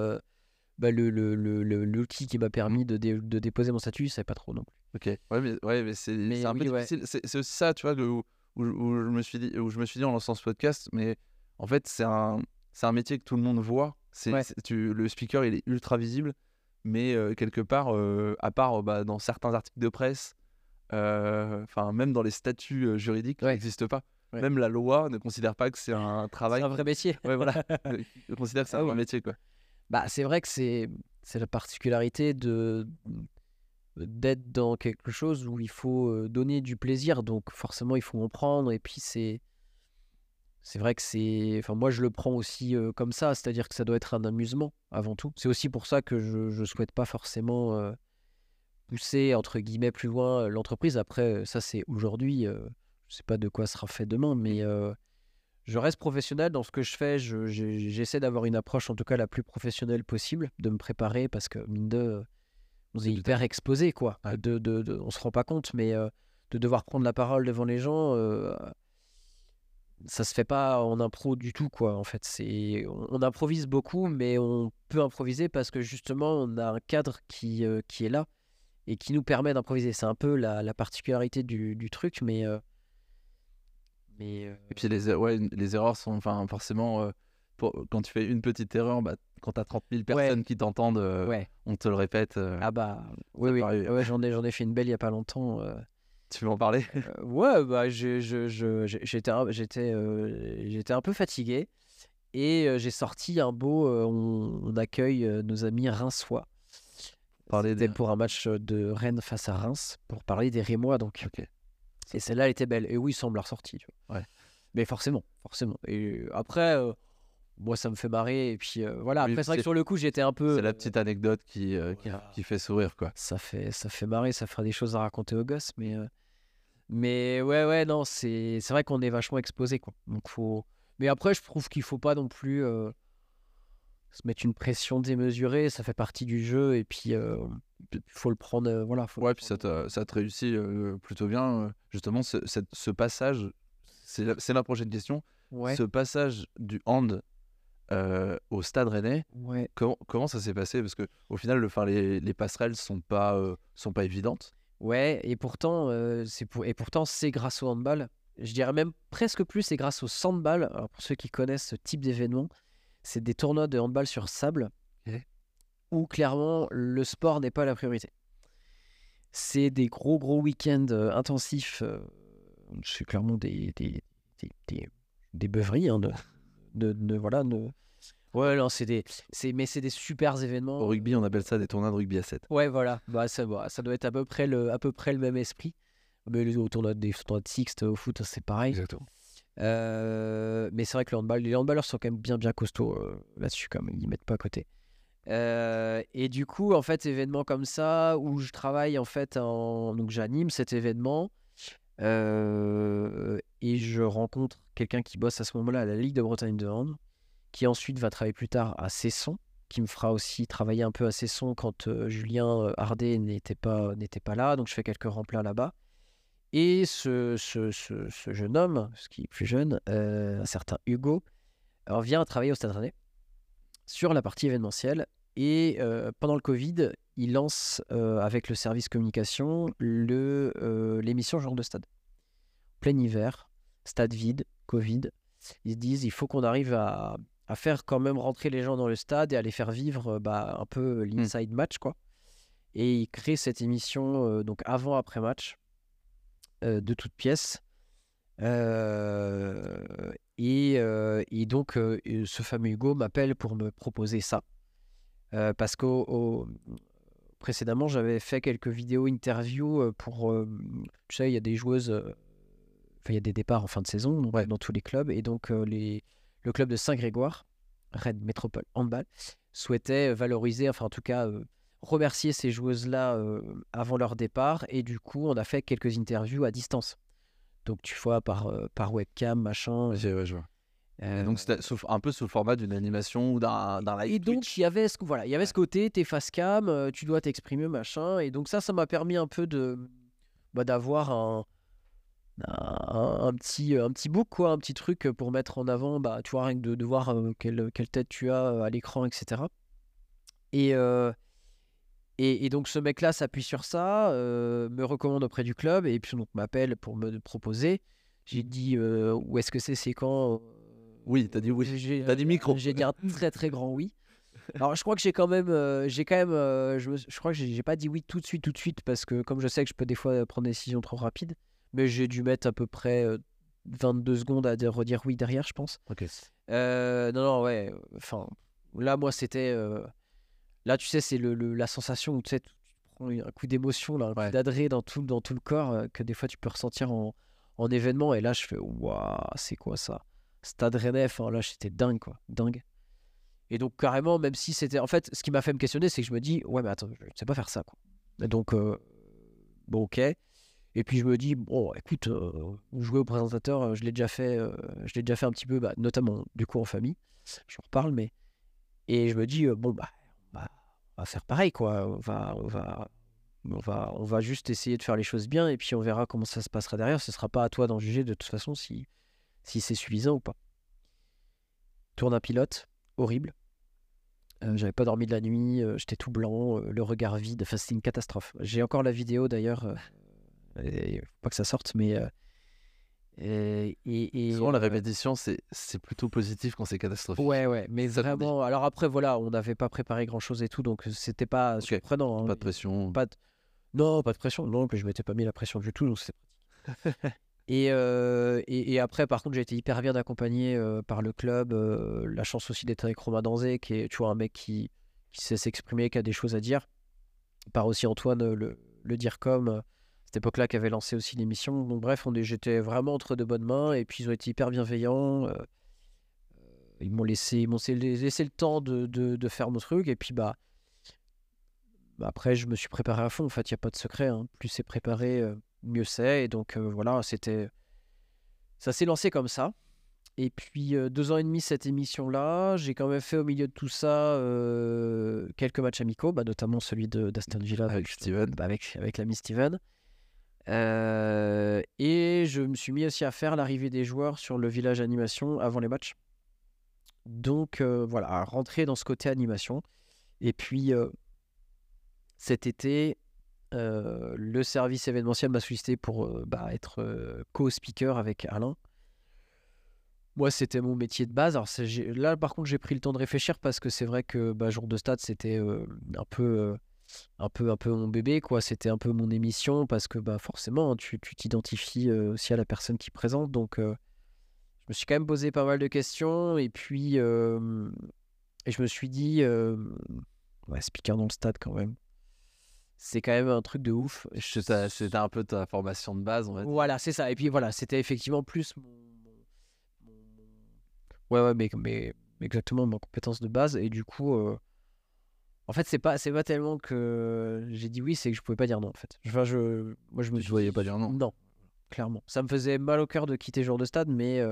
l'outil qui m'a permis de déposer mon statut, je savais pas trop non plus. Ok. Ouais, mais c'est un peu oui, ouais. difficile. C'est aussi ça, tu vois, où je me suis dit en lançant ce podcast, mais en fait, c'est un métier que tout le monde voit. Ouais. Le speaker, il est ultra visible, mais quelque part, à part dans certains articles de presse, même dans les statuts juridiques, qui Ouais. n'existent pas. Ouais. Même la loi ne considère pas que c'est un travail. C'est un vrai métier. Ouais, voilà. Elle considère que c'est Ah un oui. vrai métier, quoi. Bah, c'est vrai que c'est la particularité d'être dans quelque chose où il faut donner du plaisir, donc forcément il faut en prendre. Et puis c'est vrai que enfin moi je le prends aussi comme ça, c'est-à-dire que ça doit être un amusement avant tout. C'est aussi pour ça que je souhaite pas forcément pousser entre guillemets plus loin l'entreprise. Après ça c'est aujourd'hui, je sais pas de quoi sera fait demain, mais je reste professionnel dans ce que je fais. J'essaie d'avoir une approche en tout cas la plus professionnelle possible, de me préparer parce que mine de on est hyper exposé quoi. Ouais. On se rend pas compte, mais de devoir prendre la parole devant les gens, ça se fait pas en impro du tout quoi. En fait, on improvise beaucoup, mais on peut improviser parce que justement on a un cadre qui est là et qui nous permet d'improviser. C'est un peu la particularité du truc, mais Et puis les erreurs sont forcément, quand tu fais une petite erreur, quand tu as 30 000 personnes qui t'entendent, ouais. on te le répète. Ah bah oui, pareil. ouais, j'en ai fait une belle il y a pas longtemps. Tu veux en parler? Ouais, bah j'étais un peu fatigué et j'ai sorti un beau. On accueille nos amis reims-sois. C'était pour un match de Rennes face à Reims pour parler des Rémois donc. Ok. Et celle-là elle était belle et oui, il semble la ressortie. Tu vois. Ouais. Mais forcément. Et après, moi ça me fait marrer et puis voilà. Oui, Après c'est vrai que sur le coup j'étais un peu. C'est la petite anecdote qui fait sourire, quoi. Ça fait marrer, ça fera des choses à raconter aux gosses, mais ouais, non, c'est vrai qu'on est vachement exposé, quoi. Donc mais après, je trouve qu'il faut pas non plus se mettre une pression démesurée. Ça fait partie du jeu et puis faut le prendre, voilà. Ouais, puis ça te réussit plutôt bien. Justement, ce passage, c'est ma prochaine question. Ouais. Ce passage du hand au Stade Rennais, Ouais. comment ça s'est passé? Parce que au final, les passerelles sont pas évidentes. Ouais, et pourtant, c'est grâce au handball. Je dirais même presque plus, c'est grâce au sandball. Alors pour ceux qui connaissent ce type d'événement, c'est des tournois de handball sur sable où clairement le sport n'est pas la priorité. C'est des gros week-ends intensifs. C'est clairement des beuveries. Hein, voilà. Ouais, non, mais c'est des super événements. Au rugby, on appelle ça des tournois de rugby à 7. Ouais, voilà. Ça doit être à peu près le même esprit. Mais les tournois de Sixte au foot, c'est pareil. Exactement. Mais c'est vrai que les handballeurs sont quand même bien costauds là-dessus, quand même. Ils mettent pas à côté. Et du coup, en fait, événement comme ça où je travaille en fait, donc j'anime cet événement et je rencontre quelqu'un qui bosse à ce moment-là à la Ligue de Bretagne de hand, qui ensuite va travailler plus tard à Cesson, qui me fera aussi travailler un peu à Cesson quand Julien Hardet n'était pas là, donc je fais quelques remplats là-bas. Et ce jeune homme, ce qui est plus jeune, un certain Hugo, vient travailler au Stade Rennais sur la partie événementielle. pendant le Covid, ils lancent avec le service communication l'émission Jour de stade. Plein hiver, stade vide, Covid. Ils se disent il faut qu'on arrive à faire quand même rentrer les gens dans le stade et à les faire vivre un peu l'inside match, quoi. Et ils créent cette émission donc avant-après match de toutes pièces. Et donc, ce fameux Hugo m'appelle pour me proposer ça. Parce que précédemment, j'avais fait quelques vidéos interviews pour. Tu sais, il y a des joueuses. Il y a des départs en fin de saison donc, dans tous les clubs. Et donc, le club de Saint-Grégoire, Rennes Métropole Handball, souhaitait valoriser, enfin, en tout cas, remercier ces joueuses-là avant leur départ. Et du coup, on a fait quelques interviews à distance. Donc, tu vois, par webcam, machin. Je vois. Donc c'était un peu sous le format d'une animation ou d'un live Et Twitch. donc, il y avait ce côté, t'es face cam, tu dois t'exprimer, machin. Et donc, ça m'a permis un peu d'avoir un petit book, quoi, un petit truc pour mettre en avant, tu vois, rien que de voir quelle tête tu as à l'écran, etc. Et donc, ce mec-là s'appuie sur ça, me recommande auprès du club, et puis donc m'appelle pour me proposer. J'ai dit, où est-ce que c'est quand Oui, t'as dit oui. T'as dit micro. J'ai dit un très très grand oui. Alors, je crois que je crois que j'ai pas dit oui tout de suite, parce que comme je sais que je peux des fois prendre des décisions trop rapides, mais j'ai dû mettre à peu près 22 secondes à redire oui derrière, je pense. Ok. Non, ouais. Enfin, là, moi, c'était. Là, tu sais, c'est la sensation où tu sais, tu prends un coup d'émotion, là, un coup d'adré dans tout le corps que des fois tu peux ressentir en événement. Et là, je fais waouh, c'est quoi ça? Stade Rennais, enfin, là, j'étais dingue, quoi. Dingue. Et donc, carrément, même si c'était. En fait, ce qui m'a fait me questionner, c'est que je me dis, ouais, mais attends, je ne sais pas faire ça, quoi. Et donc, bon, ok. Et puis, je me dis, bon, écoute, jouer au présentateur, je l'ai déjà fait un petit peu, notamment, du coup, en famille. J'en reparle, mais. Et je me dis, bon, on va faire pareil, quoi. On va juste essayer de faire les choses bien, et puis on verra comment ça se passera derrière. Ce ne sera pas à toi d'en juger, de toute façon, si c'est suffisant ou pas. Tourne un pilote, horrible. J'avais pas dormi de la nuit, j'étais tout blanc, le regard vide, enfin c'était une catastrophe. J'ai encore la vidéo d'ailleurs, faut pas que ça sorte, mais Souvent la répétition c'est plutôt positif quand c'est catastrophique. Ouais, mais Ça vraiment. Alors après voilà, on n'avait pas préparé grand chose et tout, donc c'était pas surprenant. Pas de pression. Non, pas de pression. Non, puis je m'étais pas mis la pression du tout, donc c'était pratique. Et après, par contre, j'ai été hyper bien accompagné par le club. La chance aussi d'être avec Romain Danzé, qui est, tu vois, un mec qui sait s'exprimer, qui a des choses à dire. Par aussi Antoine, le DIRCOM, cette époque-là, qui avait lancé aussi l'émission. Donc bref, j'étais vraiment entre de bonnes mains, et puis ils ont été hyper bienveillants. Ils m'ont laissé le temps de faire mon truc, et puis après, je me suis préparé à fond. En fait, il n'y a pas de secret, hein. Plus c'est préparé, mieux c'est. Et donc, voilà, ça s'est lancé comme ça. Et puis, 2 ans et demi, cette émission-là, j'ai quand même fait au milieu de tout ça quelques matchs amicaux, notamment celui d'Aston Villa avec Steven. Avec l'ami Steven. Et je me suis mis aussi à faire l'arrivée des joueurs sur le village animation avant les matchs. Donc, voilà, à rentrer dans ce côté animation. Et puis... cet été, le service événementiel m'a sollicité pour être co-speaker avec Alain. Moi, c'était mon métier de base. Alors, là, par contre, j'ai pris le temps de réfléchir, parce que c'est vrai que Jour de stade, c'était un peu mon bébé, quoi. C'était un peu mon émission, parce que forcément, hein, tu t'identifies aussi à la personne qui présente. Donc, je me suis quand même posé pas mal de questions. Et puis, et je me suis dit, speaker dans le stade quand même. C'est quand même un truc de ouf. C'était un peu ta formation de base, en fait. Voilà, c'est ça. Et puis voilà, c'était effectivement plus ouais, mais exactement ma compétence de base. Et du coup, en fait, c'est pas tellement que j'ai dit oui, c'est que je pouvais pas dire non, en fait. Moi, je me Tu voyais pas dire non. Non, clairement. Ça me faisait mal au cœur de quitter Jour de stade, mais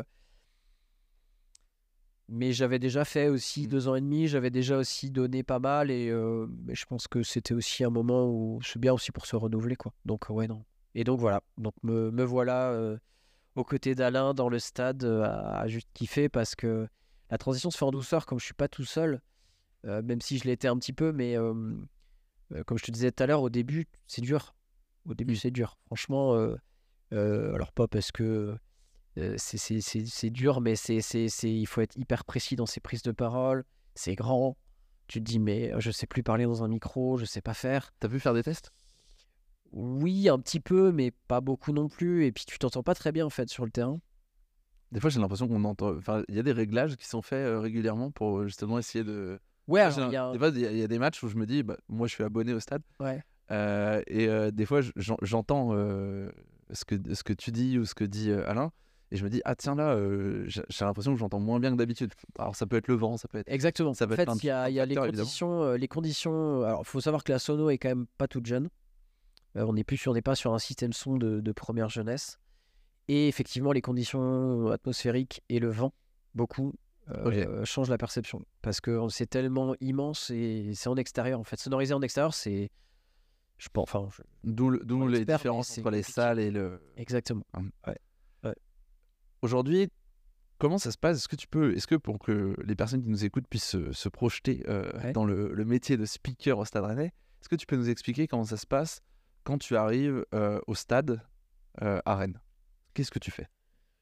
j'avais déjà fait aussi 2 ans et demi, j'avais déjà aussi donné pas mal, et je pense que c'était aussi un moment où c'est bien aussi pour se renouveler, quoi. Donc ouais, non. Et donc voilà, donc me voilà aux côtés d'Alain dans le stade à juste kiffer, parce que la transition se fait en douceur, comme je suis pas tout seul. même si je l'étais un petit peu, mais comme je te disais tout à l'heure, au début, c'est dur. Au début, c'est dur. Franchement, alors pas parce que c'est dur, mais il faut être hyper précis dans ses prises de parole. C'est grand. Tu te dis, mais je sais plus parler dans un micro, je sais pas faire. T'as pu faire des tests? Oui, un petit peu, mais pas beaucoup non plus. Et puis, tu t'entends pas très bien, en fait, sur le terrain. Des fois, j'ai l'impression qu'on entend. Enfin, il y a des réglages qui sont faits régulièrement pour justement essayer de. Ouais, J'ai alors, il y a Des fois, il y a des matchs où je me dis, bah, moi, je suis abonné au stade. Ouais. Des fois, j'entends ce que tu dis ou ce que dit Alain. Et je me dis, ah tiens, là, j'ai l'impression que j'entends moins bien que d'habitude. Alors, ça peut être le vent, ça peut être. Exactement. Ça peut En être fait, plein de il y a les facteurs, évidemment. conditions. Les conditions. Alors, il faut savoir que la sono est quand même pas toute jeune. On n'est pas sur un système son de première jeunesse. Et effectivement, les conditions atmosphériques et le vent, beaucoup, changent la perception. Parce que c'est tellement immense et c'est en extérieur. En fait, sonoriser en extérieur, c'est. Je pense. Enfin, D'où les expert, mais différences c'est entre les compliqué. salles et le. Exactement. Aujourd'hui, comment ça se passe? Est-ce que pour que les personnes qui nous écoutent puissent se projeter Ouais. dans le métier de speaker au Stade Rennais, est-ce que tu peux nous expliquer comment ça se passe quand tu arrives au stade à Rennes? Qu'est-ce que tu fais?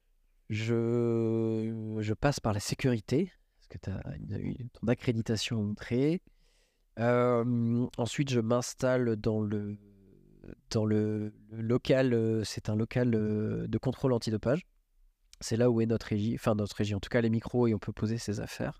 Je passe par la sécurité, parce que tu as ton accréditation à montrer. Ensuite, je m'installe dans le local. C'est un local de contrôle antidopage. C'est là où est notre régie, en tout cas les micros, et on peut poser ses affaires.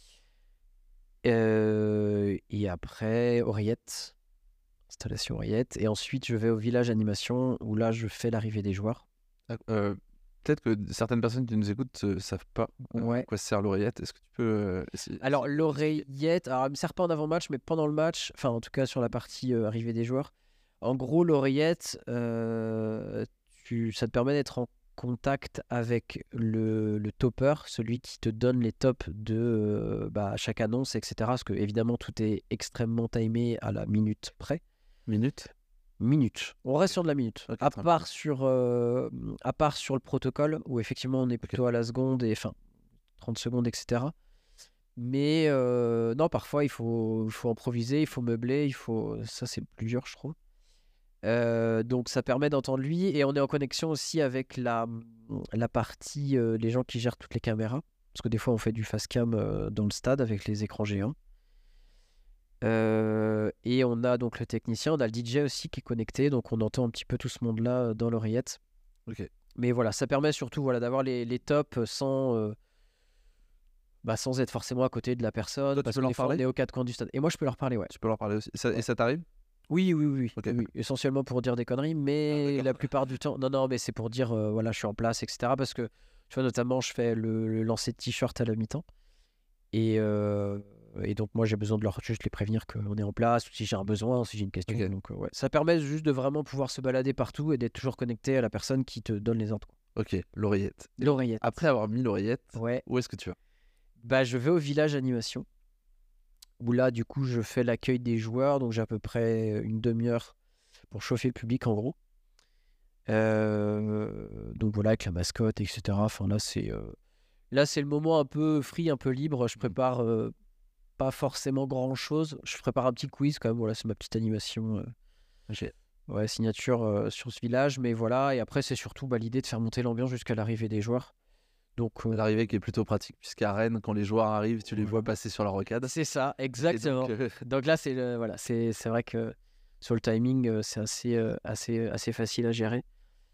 Et après, oreillette, installation oreillette. Et ensuite, je vais au village animation, où là, je fais l'arrivée des joueurs. Peut-être que certaines personnes qui nous écoutent ne savent pas Ouais. à quoi sert l'oreillette. Est-ce que tu peux Alors, l'oreillette, alors, elle ne me sert pas en avant-match, mais pendant le match, enfin, en tout cas, sur la partie arrivée des joueurs. En gros, l'oreillette, ça te permet d'être en contact avec le topper, celui qui te donne les tops de chaque annonce, etc. Parce que, évidemment, tout est extrêmement timé à la minute près. minutes? Minute. On reste sur de la minute. Ok, à très part sur le protocole, où effectivement on est plutôt à la seconde, et 30 secondes, etc. Mais non, parfois il faut improviser, il faut meubler, ça c'est le plus dur, je trouve. Donc ça permet d'entendre lui, et on est en connexion aussi avec la partie, les gens qui gèrent toutes les caméras. Parce que des fois on fait du fast cam dans le stade avec les écrans géants. Et on a donc le technicien, on a le DJ aussi qui est connecté, donc on entend un petit peu tout ce monde-là dans l'oreillette. Ok. Mais voilà, ça permet surtout d'avoir les tops sans être forcément à côté de la personne. Toi, tu parce peux que leur des fois, on parler? est aux quatre coins du stade. Et moi, je peux leur parler, ouais. Tu peux leur parler aussi. Et ça t'arrive? Oui. Ok. Oui. Essentiellement pour dire des conneries, mais la plupart du temps. Non, mais c'est pour dire, voilà, je suis en place, etc. Parce que, tu vois, notamment, je fais le lancer de t-shirt à la mi-temps. Et donc, moi, j'ai besoin de juste les prévenir qu'on est en place, ou si j'ai un besoin, ou si j'ai une question. Ok. Donc, ouais. Ça permet juste de vraiment pouvoir se balader partout et d'être toujours connecté à la personne qui te donne les ordres. Ok, l'oreillette. L'oreillette. Après avoir mis l'oreillette, Ouais. où est-ce que tu vas? Je vais au village animation, où là, du coup, je fais l'accueil des joueurs. Donc, j'ai à peu près une demi-heure pour chauffer le public, en gros. Donc, voilà, avec la mascotte, etc. Enfin, là, c'est le moment un peu free, un peu libre. Je prépare pas forcément grand-chose. Je prépare un petit quiz, quand même. Voilà, c'est ma petite animation. Ouais, signature sur ce village. Mais voilà, et après, c'est surtout l'idée de faire monter l'ambiance jusqu'à l'arrivée des joueurs. Donc, L'arrivée qui est plutôt pratique, puisqu'à Rennes, quand les joueurs arrivent, tu les vois passer sur la rocade. c'est ça, Et exactement. donc, Donc là, c'est vrai que sur le timing, c'est assez facile à gérer.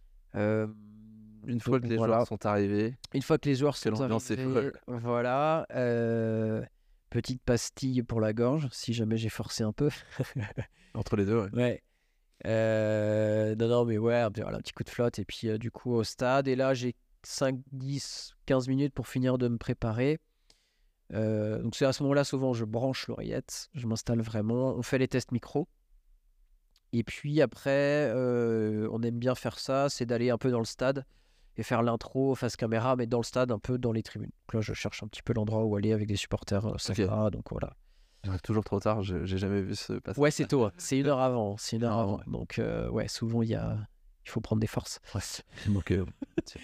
une fois que les joueurs sont arrivés, Une fois que les joueurs que sont l'ambiance est arrivés, folle. voilà. Petite pastille pour la gorge, si jamais j'ai forcé un peu. Entre les deux, ouais. Ouais. Non, mais ouais, un petit coup de flotte, et puis du coup au stade. Et là, j'ai 5, 10, 15 minutes pour finir de me préparer. Donc c'est à ce moment-là, souvent, je branche l'oreillette, je m'installe vraiment, on fait les tests micro. Et puis après, on aime bien faire ça, c'est d'aller un peu dans le stade et faire l'intro face caméra, mais dans le stade, un peu dans les tribunes. Donc là, je cherche un petit peu l'endroit où aller avec des supporters sympas, donc voilà. J'arrive toujours trop tard, j'ai jamais vu ce passage. Ouais, c'est tôt, hein. C'est 1 heure avant. C'est 1 heure Ah, avant. ouais. Donc, ouais, souvent, il faut prendre des forces. Donc,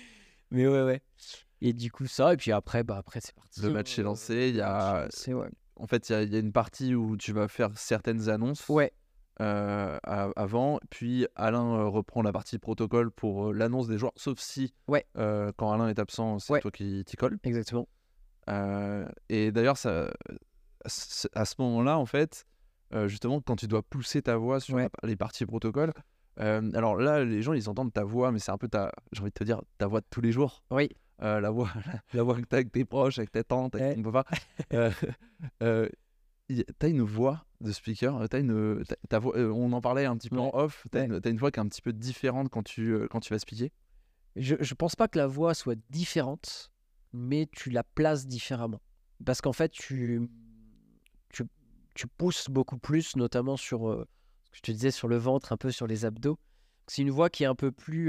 Mais ouais. Et du coup, ça, et puis après, c'est parti. le match est lancé, il y a C'est ouais. en fait, il y a une partie où tu vas faire certaines annonces Ouais, avant, puis Alain reprend la partie protocole pour l'annonce des joueurs, sauf si ouais, quand Alain est absent, c'est Ouais. toi qui t'y colles. exactement. Et d'ailleurs, à ce moment-là, en fait, justement, quand tu dois pousser ta voix sur Ouais. les parties protocole, alors là, les gens, ils entendent ta voix, mais c'est un peu j'ai envie de te dire, ta voix de tous les jours. Oui, La voix, la voix que t'as avec tes proches, avec ta tante, avec Ouais. ton papa. Euh, euh, T'as une voix de speaker, ta voix, on en parlait un petit peu en off, Ouais. t'as une voix qui est un petit peu différente quand tu vas speaker. je pense pas que la voix soit différente, mais tu la places différemment. Parce qu'en fait, tu, tu pousses beaucoup plus, notamment sur, ce que je te disais, sur le ventre, un peu sur les abdos. C'est une voix qui est un peu plus...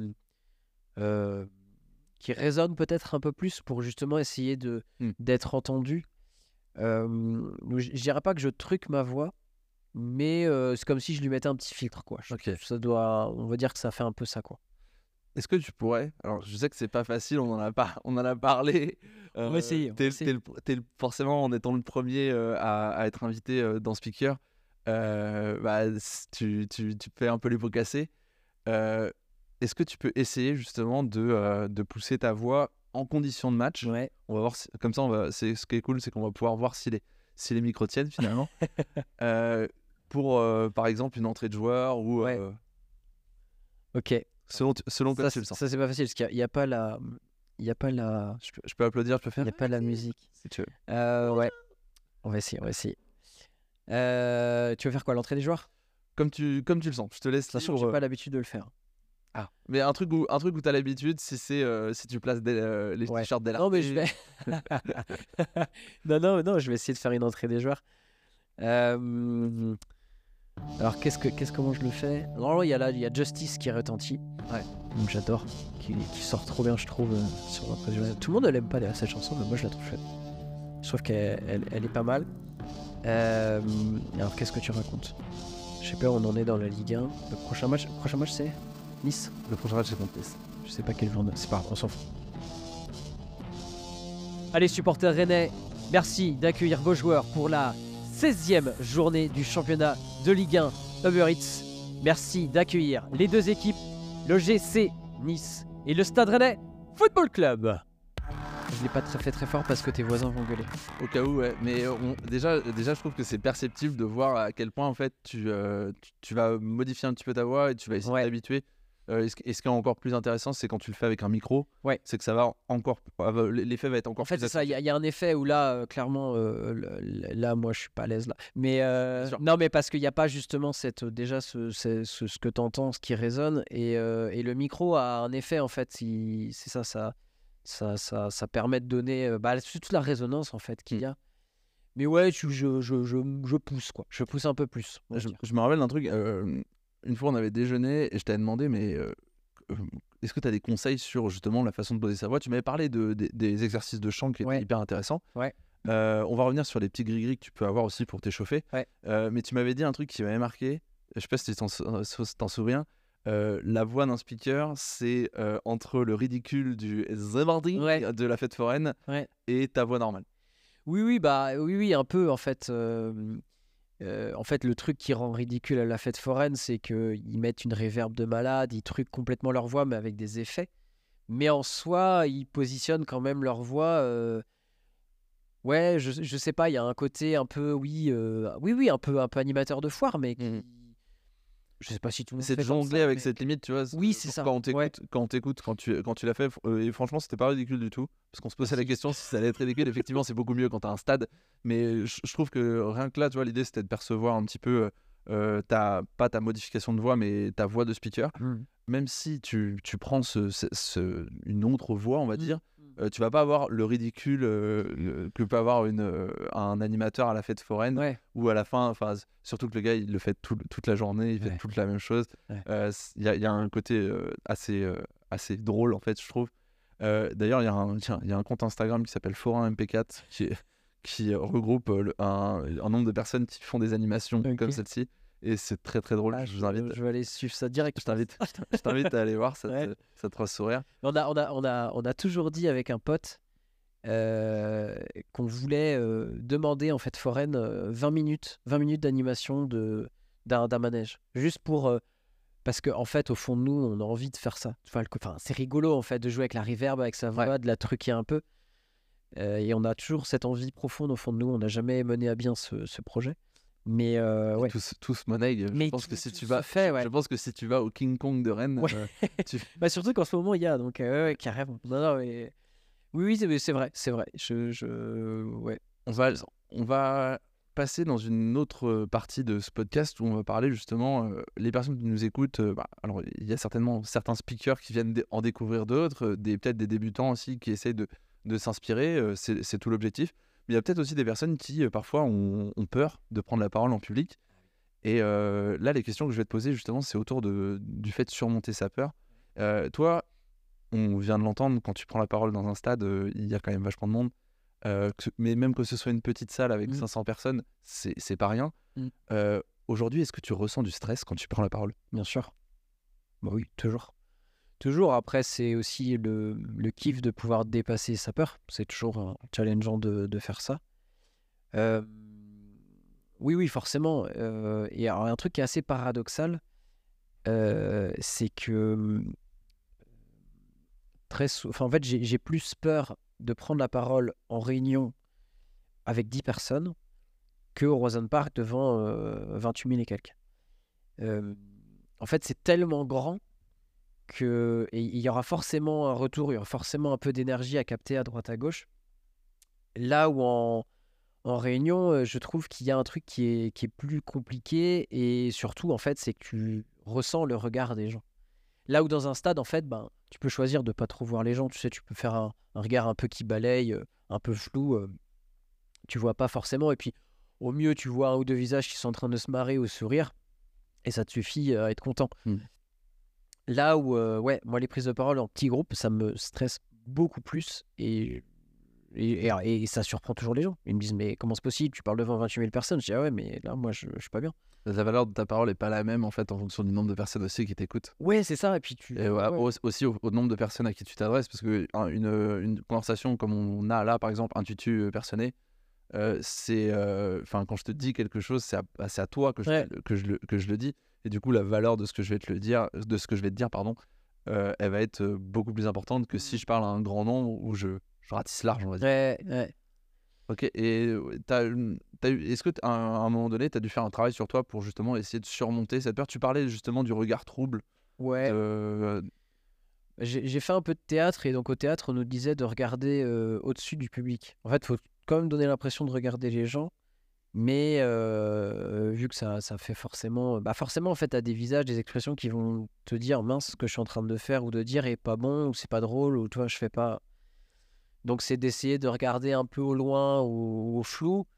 qui résonne peut-être un peu plus pour justement essayer d'être entendu. Donc je dirais pas que je truque ma voix, mais c'est comme si je lui mettais un petit filtre, quoi. Ok. On va dire que ça fait un peu ça, quoi. Est-ce que tu pourrais, alors je sais que c'est pas facile, on en a parlé. On va essayer, on va essayer. Forcément, en étant le premier à être invité dans Speaker, tu fais un peu les pots cassés. Est-ce que tu peux essayer justement de pousser ta voix en condition de match? Ouais. On va voir comme ça, ce qui est cool, c'est qu'on va pouvoir voir si les micros tiennent finalement. Pour par exemple une entrée de joueur ou Ouais. Ok. selon Ça, comme tu le sens. ça c'est pas facile parce qu'il y a pas la, il y a pas la, Je peux applaudir, je peux il faire y a pas la musique. si tu veux. Ouais. On va essayer, on va essayer. Tu veux faire quoi, l'entrée des joueurs? Comme tu le sens. Je te laisse Sachant que libre. j'ai pas l'habitude de le faire. Ah. Mais un truc où tu as l'habitude, si tu places les Ouais. t-shirts dès Non, mais je vais. non, je vais essayer de faire une entrée des joueurs. Alors, comment je le fais? Normalement, il y a Justice qui retentit. Ouais. Donc, j'adore. Qui sort trop bien, je trouve, sur l'entrée des joueurs. Tout le monde ne l'aime pas d'ailleurs, cette chanson, mais moi, je la trouve chouette. Je trouve qu'elle est pas mal. Alors, qu'est-ce que tu racontes? Je sais pas où on en est dans la Ligue 1. Le prochain match, c'est Nice. Le prochain match, c'est contre Nice. Je sais pas quel jour. C'est pas grave, on s'en fout. Allez, supporters rennais, merci d'accueillir vos joueurs pour la 16e journée du championnat de Ligue 1 Uber Eats. Merci d'accueillir les deux équipes, le GC Nice et le Stade Rennais Football Club. Je l'ai pas fait très fort parce que tes voisins vont gueuler. Au cas où, ouais. Mais déjà, je trouve que c'est perceptible de voir à quel point en fait tu vas modifier un petit peu ta voix et tu vas essayer de t'habituer. Et ce qui est encore plus intéressant, c'est quand tu le fais avec un micro. Ouais. C'est que ça va encore, l'effet va être encore. En fait, c'est ça. Il y a un effet où là, clairement, là, moi, je suis pas à l'aise là. Mais non, mais parce qu'il n'y a pas justement déjà ce que t'entends, ce qui résonne, et le micro a un effet en fait. C'est ça permet de donner toute la résonance en fait qu'il y a. Mais ouais, je pousse quoi. Je pousse un peu plus. Je me rappelle d'un truc. Une fois, on avait déjeuné et je t'avais demandé, mais est-ce que tu as des conseils sur justement la façon de poser sa voix? Tu m'avais parlé des exercices de chant qui étaient hyper intéressants. Ouais. On va revenir sur les petits gris-gris que tu peux avoir aussi pour t'échauffer. Ouais. Mais tu m'avais dit un truc qui m'avait marqué. Je sais pas si tu t'en souviens. La voix d'un speaker, c'est entre le ridicule du Zemardi de la fête foraine et ta voix normale. Oui, un peu en fait. En fait, le truc qui rend ridicule à la fête foraine, c'est qu'ils mettent une réverb de malade, ils truquent complètement leur voix, mais avec des effets. Mais en soi, ils positionnent quand même leur voix. Ouais, je sais pas, il y a un côté un peu, un peu animateur de foire, mais qui... Je sais pas si tout le monde c'est de jongler avec cette limite, tu vois. Oui, c'est ça. Quand on t'écoute, quand tu l'as fait, et franchement, c'était pas ridicule du tout. Parce qu'on se posait la question si ça allait être ridicule. Effectivement, c'est beaucoup mieux quand t'as un stade. Mais je trouve que rien que là, tu vois, l'idée c'était de percevoir un petit peu pas ta modification de voix, mais ta voix de speaker. Même si tu prends une autre voix, on va dire, tu vas pas avoir le ridicule que peut avoir un animateur à la fête foraine ou à la fin, surtout que le gars il le fait toute la journée, il fait toute la même chose. Il y a un côté assez drôle en fait, je trouve. D'ailleurs, il y a un compte Instagram qui s'appelle Forain MP4 qui regroupe un nombre de personnes qui font des animations comme celle-ci. Et c'est très très drôle. Je vous invite. Je vais aller suivre ça direct. Je t'invite à aller voir, ça te fera sourire. On a toujours dit avec un pote, qu'on voulait demander en fait foraine 20 minutes d'animation d'un manège. Juste pour... parce qu'en fait, au fond de nous, on a envie de faire ça. Enfin, c'est rigolo en fait de jouer avec la reverb, avec sa voix, de la truquer un peu. Et on a toujours cette envie profonde au fond de nous. On n'a jamais mené à bien ce projet. Mais ouais. Tous monnaie, Mais je pense que si tu vas, ouais. je pense que si tu vas au King Kong de Rennes, Ouais. tu... Bah, surtout qu'en ce moment, il y a, donc ouais, carrément. Non, mais... Oui, c'est vrai. Ouais. On va passer dans une autre partie de ce podcast où on va parler justement les personnes qui nous écoutent. Alors il y a certainement certains speakers qui viennent en découvrir d'autres, peut-être des débutants aussi qui essayent de s'inspirer. C'est tout l'objectif. Mais il y a peut-être aussi des personnes qui parfois ont peur de prendre la parole en public. Et là, les questions que je vais te poser justement, c'est autour du fait de surmonter sa peur. Toi, on vient de l'entendre, quand tu prends la parole dans un stade, il y a quand même vachement de monde. Mais même que ce soit une petite salle avec 500 personnes, c'est pas rien. Aujourd'hui, est-ce que tu ressens du stress quand tu prends la parole? Bien sûr. Bah oui, toujours. Après, c'est aussi le kiff de pouvoir dépasser sa peur. C'est toujours challengeant de faire ça. Oui, forcément. Et alors, un truc qui est assez paradoxal, c'est que en fait, j'ai plus peur de prendre la parole en réunion avec 10 personnes qu'au Roison Park devant 28 000 et quelques. En fait, c'est tellement grand et il y aura forcément un retour, il y aura forcément un peu d'énergie à capter à droite à gauche. Là où en réunion, je trouve qu'il y a un truc qui est plus compliqué, et surtout, en fait, c'est que tu ressens le regard des gens. Là où dans un stade, en fait, tu peux choisir de pas trop voir les gens. Tu sais, tu peux faire un regard un peu qui balaye, un peu flou. Tu vois pas forcément. Et puis, au mieux, tu vois un ou deux visages qui sont en train de se marrer ou sourire. Et ça te suffit à être content. Là où, moi, les prises de parole en petit groupe, ça me stresse beaucoup plus. Et ça surprend toujours les gens. Ils me disent, mais comment c'est possible? Tu parles devant 28 000 personnes. Je dis, ah ouais, mais là, moi, je suis pas bien. La valeur de ta parole n'est pas la même en fait en fonction du nombre de personnes aussi qui t'écoutent. Ouais, c'est ça. Et puis aussi au nombre de personnes à qui tu t'adresses, parce que une conversation comme on a là, par exemple, un tutu personné, c'est quand je te dis quelque chose, c'est à toi que je le dis, et du coup la valeur de ce que je vais te dire, elle va être beaucoup plus importante que si je parle à un grand nombre où je ratisse large, on va dire. Ouais. Ok, et est-ce que à un moment donné, tu as dû faire un travail sur toi pour justement essayer de surmonter cette peur? Tu parlais justement du regard trouble. Ouais. J'ai fait un peu de théâtre, et donc au théâtre, on nous disait de regarder au-dessus du public. En fait, il faut quand même donner l'impression de regarder les gens, mais vu que ça fait forcément... forcément, en fait, tu as des visages, des expressions qui vont te dire, mince, ce que je suis en train de faire ou de dire est pas bon, ou c'est pas drôle, ou toi, je fais pas... Donc, c'est d'essayer de regarder un peu au loin ou au flou.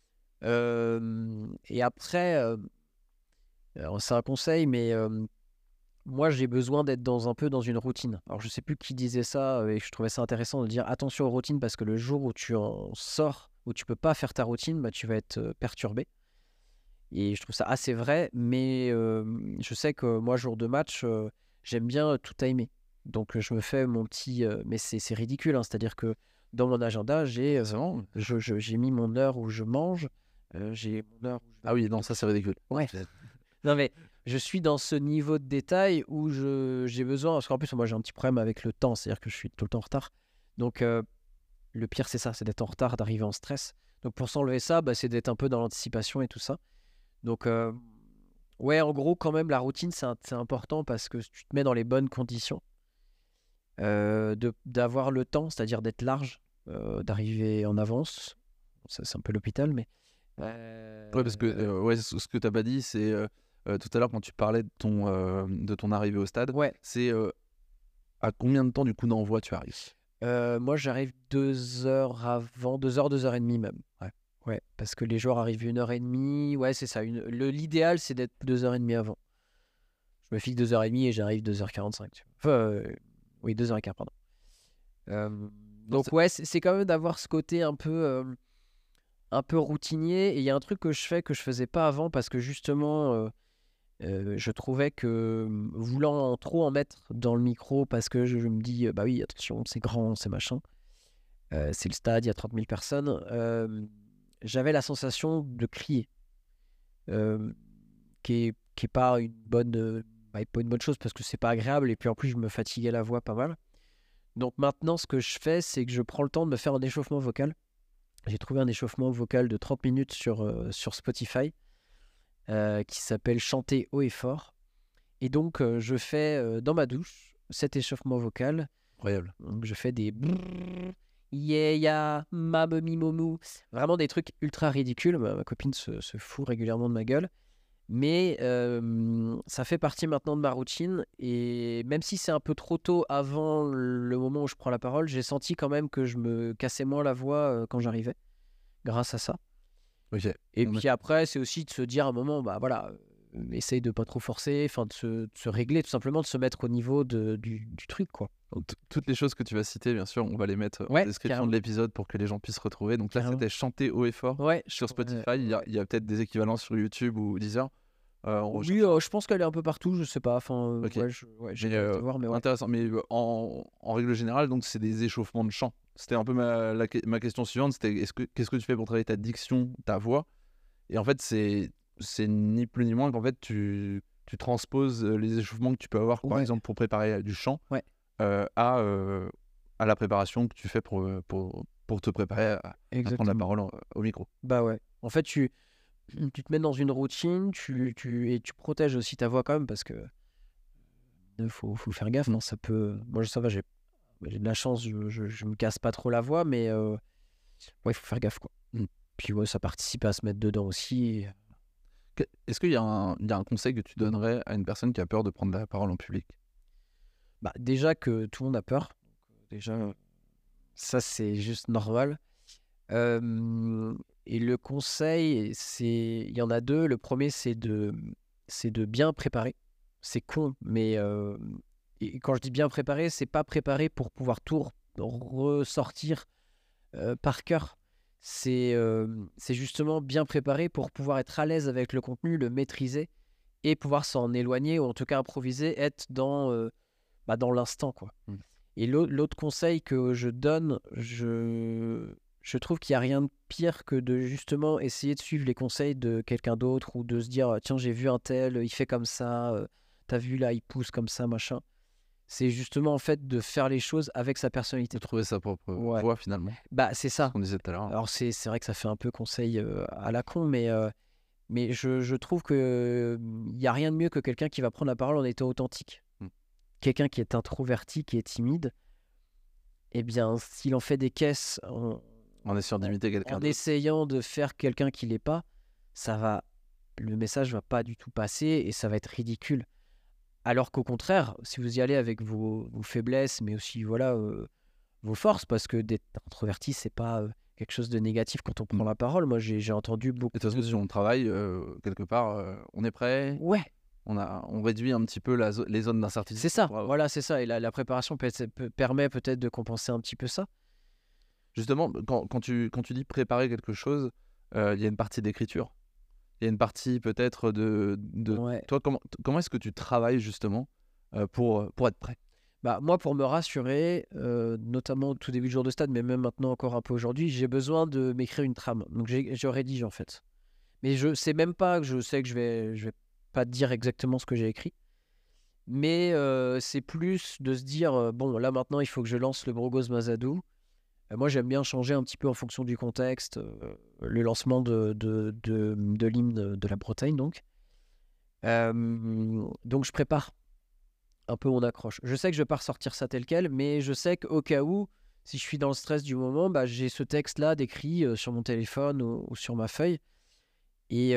Et après, c'est un conseil, mais moi, j'ai besoin d'être un peu dans une routine. Alors, je sais plus qui disait ça, et je trouvais ça intéressant de dire attention aux routines, parce que le jour où tu en sors, où tu peux pas faire ta routine, tu vas être perturbé. Et je trouve ça assez vrai, mais je sais que moi, jour de match, j'aime bien tout timer. Donc, je me fais mon petit... mais c'est ridicule, hein, c'est-à-dire que dans mon agenda, j'ai mis mon heure où je mange, j'ai mon heure où je... Ah oui, non, ça c'est ridicule. Ouais. Non, mais je suis dans ce niveau de détail où j'ai besoin... Parce qu'en plus, moi, j'ai un petit problème avec le temps, c'est-à-dire que je suis tout le temps en retard. Donc, le pire, c'est ça, c'est d'être en retard, d'arriver en stress. Donc, pour s'enlever ça, c'est d'être un peu dans l'anticipation et tout ça. Donc, ouais, en gros, quand même, la routine, c'est important, parce que tu te mets dans les bonnes conditions, d'avoir le temps, c'est-à-dire d'être large, d'arriver en avance. C'est un peu l'hôpital, mais... Ouais, parce que ce que tu n'as pas dit, c'est tout à l'heure quand tu parlais de ton arrivée au stade, c'est à combien de temps du coup d'envoi tu arrives? Moi, j'arrive 2 heures avant, 2 heures, 2 heures et demie même. Ouais, parce que les joueurs arrivent 1h30. Ouais, c'est ça. L'idéal, c'est d'être 2h30 avant. Je me fixe 2h30 et j'arrive 2h45. Enfin, oui, 2h15, pardon. Donc, ouais, c'est quand même d'avoir ce côté un peu routinier. Et il y a un truc que je fais que je faisais pas avant, parce que justement, je trouvais que voulant trop en mettre dans le micro, parce que je me dis, bah oui, attention, c'est grand, c'est machin. C'est le stade, il y a 30 000 personnes. J'avais la sensation de crier, euh, qui est pas une bonne, pas une bonne chose parce que c'est pas agréable et puis en plus je me fatiguais la voix pas mal. Donc maintenant, ce que je fais, c'est que je prends le temps de me faire un échauffement vocal. J'ai trouvé un échauffement vocal de 30 minutes sur Spotify qui s'appelle Chanter haut et fort. Et donc, je fais dans ma douche cet échauffement vocal. Incroyable. Donc, je fais des yeah, ya, mamemi momou. Vraiment des trucs ultra ridicules. Ma copine se fout régulièrement de ma gueule. Mais ça fait partie maintenant de ma routine. Et même si c'est un peu trop tôt avant le moment où je prends la parole, j'ai senti quand même que je me cassais moins la voix quand j'arrivais, grâce à ça. Ok. Et On est- puis après, c'est aussi de se dire à un moment, bah voilà, essaye de pas trop forcer, enfin de se régler, tout simplement, de se mettre au niveau du truc, quoi. Donc, toutes les choses que tu vas citer, bien sûr, on va les mettre en Ouais, description carrément. de l'épisode pour que les gens puissent retrouver. Donc là, Carrément. c'était chanter haut et fort Ouais, sur Spotify. Il y a peut-être des équivalents sur YouTube ou Deezer. On oui, recherche. je pense qu'elle est un peu partout, je sais pas. Enfin, Ok. ouais, j'ai Mais, pas été voir, mais ouais. intéressant. Mais en règle générale, donc c'est des échauffements de chant. C'était un peu ma question suivante. C'était qu'est-ce que tu fais pour travailler ta diction, ta voix? Et en fait, c'est ni plus ni moins qu'en fait tu transposes les échauffements que tu peux avoir, par Ouais. exemple pour préparer du chant, Ouais. à la préparation que tu fais pour te préparer à prendre la Exactement. parole au micro. Bah ouais. En fait, tu te mets dans une routine, et tu protèges aussi ta voix quand même parce que faut faire gaffe. Non, ça peut. Moi, ça va, j'ai de la chance, je me casse pas trop la voix, mais ouais, il faut faire gaffe, quoi. Puis ouais, ça participe à se mettre dedans aussi. Est-ce qu'il y a un conseil que tu donnerais à une personne qui a peur de prendre la parole en public? Bah, déjà que tout le monde a peur. Déjà, ça, c'est juste normal. Et le conseil, il y en a deux. Le premier, c'est de bien préparer. C'est con, mais et quand je dis bien préparer, c'est pas préparer pour pouvoir tout ressortir par cœur. C'est justement bien préparé pour pouvoir être à l'aise avec le contenu, le maîtriser et pouvoir s'en éloigner ou en tout cas improviser, être dans l'instant, quoi. Et l'autre conseil que je donne, je trouve qu'il n'y a rien de pire que de justement essayer de suivre les conseils de quelqu'un d'autre ou de se dire tiens, j'ai vu un tel, il fait comme ça, t'as vu là, il pousse comme ça, machin. C'est justement en fait de faire les choses avec sa personnalité. De trouver sa propre Ouais. voix finalement, Bah, c'est ce ça. qu'on disait tout à l'heure. Alors c'est vrai que ça fait un peu conseil à la con, mais je trouve que il n'y a rien de mieux que quelqu'un qui va prendre la parole en étant authentique. Quelqu'un qui est introverti, qui est timide, eh bien, s'il en fait des caisses En essayant d'imiter quelqu'un en d'autre. essayant de faire quelqu'un qui l'est pas, le message va pas du tout passer et ça va être ridicule. Alors qu'au contraire, si vous y allez avec vos faiblesses, mais aussi voilà vos forces, parce que d'être introverti, c'est pas quelque chose de négatif quand on prend la parole. Moi, j'ai entendu beaucoup. Et de toute façon, si on travaille quelque part, on est prêt, Ouais, on réduit un petit peu les zones d'incertitude. c'est ça. pour avoir- Voilà, c'est ça. Et la préparation permet peut-être de compenser un petit peu ça. Justement, quand tu dis préparer quelque chose, il y a une partie d'écriture. Il y a une partie peut-être de... Ouais. Toi, comment est-ce que tu travailles justement pour être prêt? Bah, moi, pour me rassurer, notamment au tout début du jour de stade, mais même maintenant encore un peu aujourd'hui, j'ai besoin de m'écrire une trame. Donc, je rédige en fait. Mais je sais même pas, je sais que je vais pas te dire exactement ce que j'ai écrit. Mais c'est plus de se dire, bon, là maintenant, il faut que je lance le Brogos Mazadou. Moi, j'aime bien changer un petit peu en fonction du contexte. Le lancement de l'hymne de la Bretagne, donc. Donc, je prépare un peu mon accroche. Je sais que je vais pas ressortir ça tel quel, mais je sais qu'au cas où, si je suis dans le stress du moment, bah, j'ai ce texte-là décrit sur mon téléphone ou sur ma feuille. Et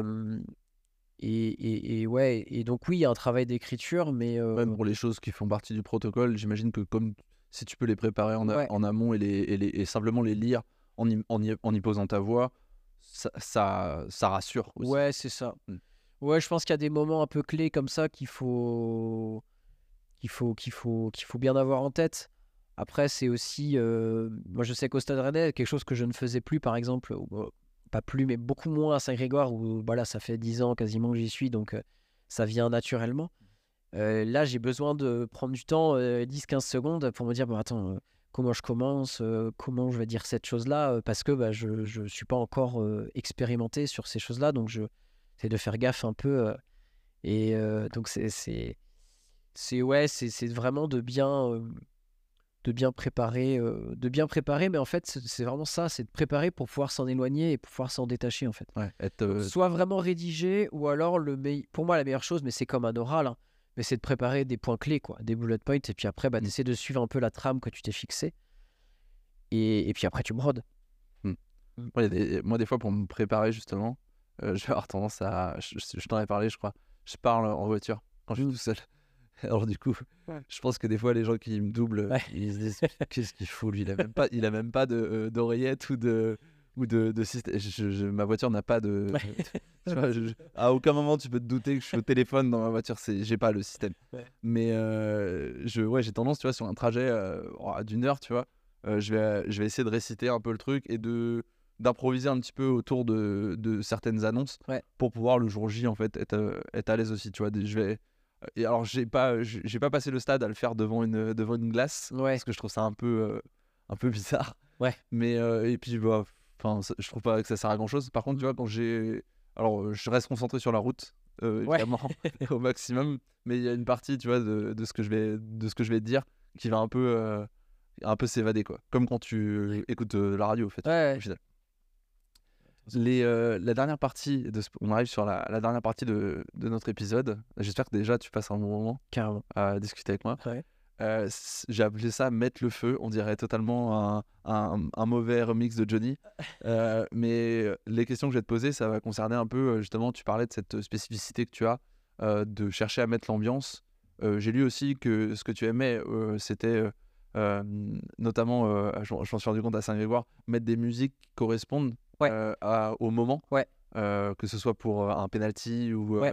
ouais, et donc oui, il y a un travail d'écriture, mais Même pour les choses qui font partie du protocole, j'imagine que comme si tu peux les préparer Ouais. en amont et simplement les lire en y posant ta voix, ça rassure aussi. ouais, c'est ça. Ouais, je pense qu'il y a des moments un peu clés comme ça qu'il faut bien avoir en tête. Après, c'est aussi, moi je sais qu'au Stade Rennais, quelque chose que je ne faisais plus, par exemple, pas plus, mais beaucoup moins à Saint-Grégoire, où voilà, ça fait 10 ans quasiment que j'y suis, donc ça vient naturellement. Là, j'ai besoin de prendre du temps, 10-15 secondes, pour me dire, bon, attends, comment je commence, comment je vais dire cette chose-là, parce que bah, je ne suis pas encore expérimenté sur ces choses-là, donc je j'essaie de faire gaffe un peu. Donc c'est vraiment de bien préparer, mais en fait, c'est vraiment ça, c'est de préparer pour pouvoir s'en éloigner et pour pouvoir s'en détacher, en fait. Ouais, Soit vraiment rédigé, ou alors, pour moi, la meilleure chose, mais c'est comme un oral, hein, mais c'est de préparer des points clés, quoi, des bullet points, et puis après, bah, d'essayer de suivre un peu la trame que tu t'es fixée, et puis après, tu brodes. Mm. Mm. Moi, des fois, pour me préparer, justement, je vais avoir tendance à. Je t'en ai parlé, je crois. Je parle en voiture quand je suis tout seul. Alors, du coup, je pense que des fois, les gens qui me doublent, Ouais. ils se disent qu'est-ce qu'il fout, lui, il a même pas d'oreillette ou de système. Ma voiture n'a pas de. Tu vois, à aucun moment, tu peux te douter que je suis au téléphone dans ma voiture. J'ai pas le système. Ouais. Mais j'ai tendance, tu vois, sur un trajet d'une heure, tu vois, je vais essayer de réciter un peu le truc et d'improviser un petit peu autour de certaines annonces pour pouvoir le jour J en fait être à l'aise aussi, tu vois. Et alors j'ai pas passé le stade à le faire devant une glace parce que je trouve ça un peu bizarre. Ouais. Mais et puis bah, je trouve pas que ça sert à grand chose. Par contre, tu vois, je reste concentré sur la route évidemment au maximum, mais il y a une partie, tu vois, de ce que je vais te dire qui va un peu s'évader, quoi, comme quand tu écoutes la radio, en fait, au final. La dernière partie on arrive sur la dernière partie de notre épisode. J'espère que déjà tu passes un bon moment Carrément. à discuter avec moi. Ouais. J'ai appelé ça mettre le feu. On dirait totalement un mauvais remix de Johnny. Mais les questions que je vais te poser, ça va concerner un peu, justement, tu parlais de cette spécificité que tu as de chercher à mettre l'ambiance. J'ai lu aussi que ce que tu aimais, c'était notamment, je m'en suis rendu compte à Saint-Grégoire, mettre des musiques qui correspondent au moment, que ce soit pour un penalty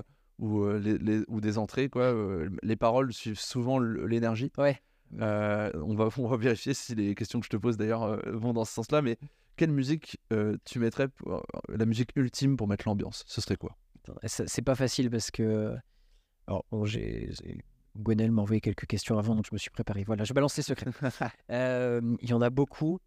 ou des entrées, quoi. Les paroles suivent souvent l'énergie. On va vérifier si les questions que je te pose d'ailleurs vont dans ce sens-là, mais quelle musique tu mettrais la musique ultime pour mettre l'ambiance? Ce serait quoi? C'est pas facile parce que alors bon, Gwenel m'a envoyé quelques questions avant, donc je me suis préparé. Voilà, je balance les secrets. Il y en a beaucoup,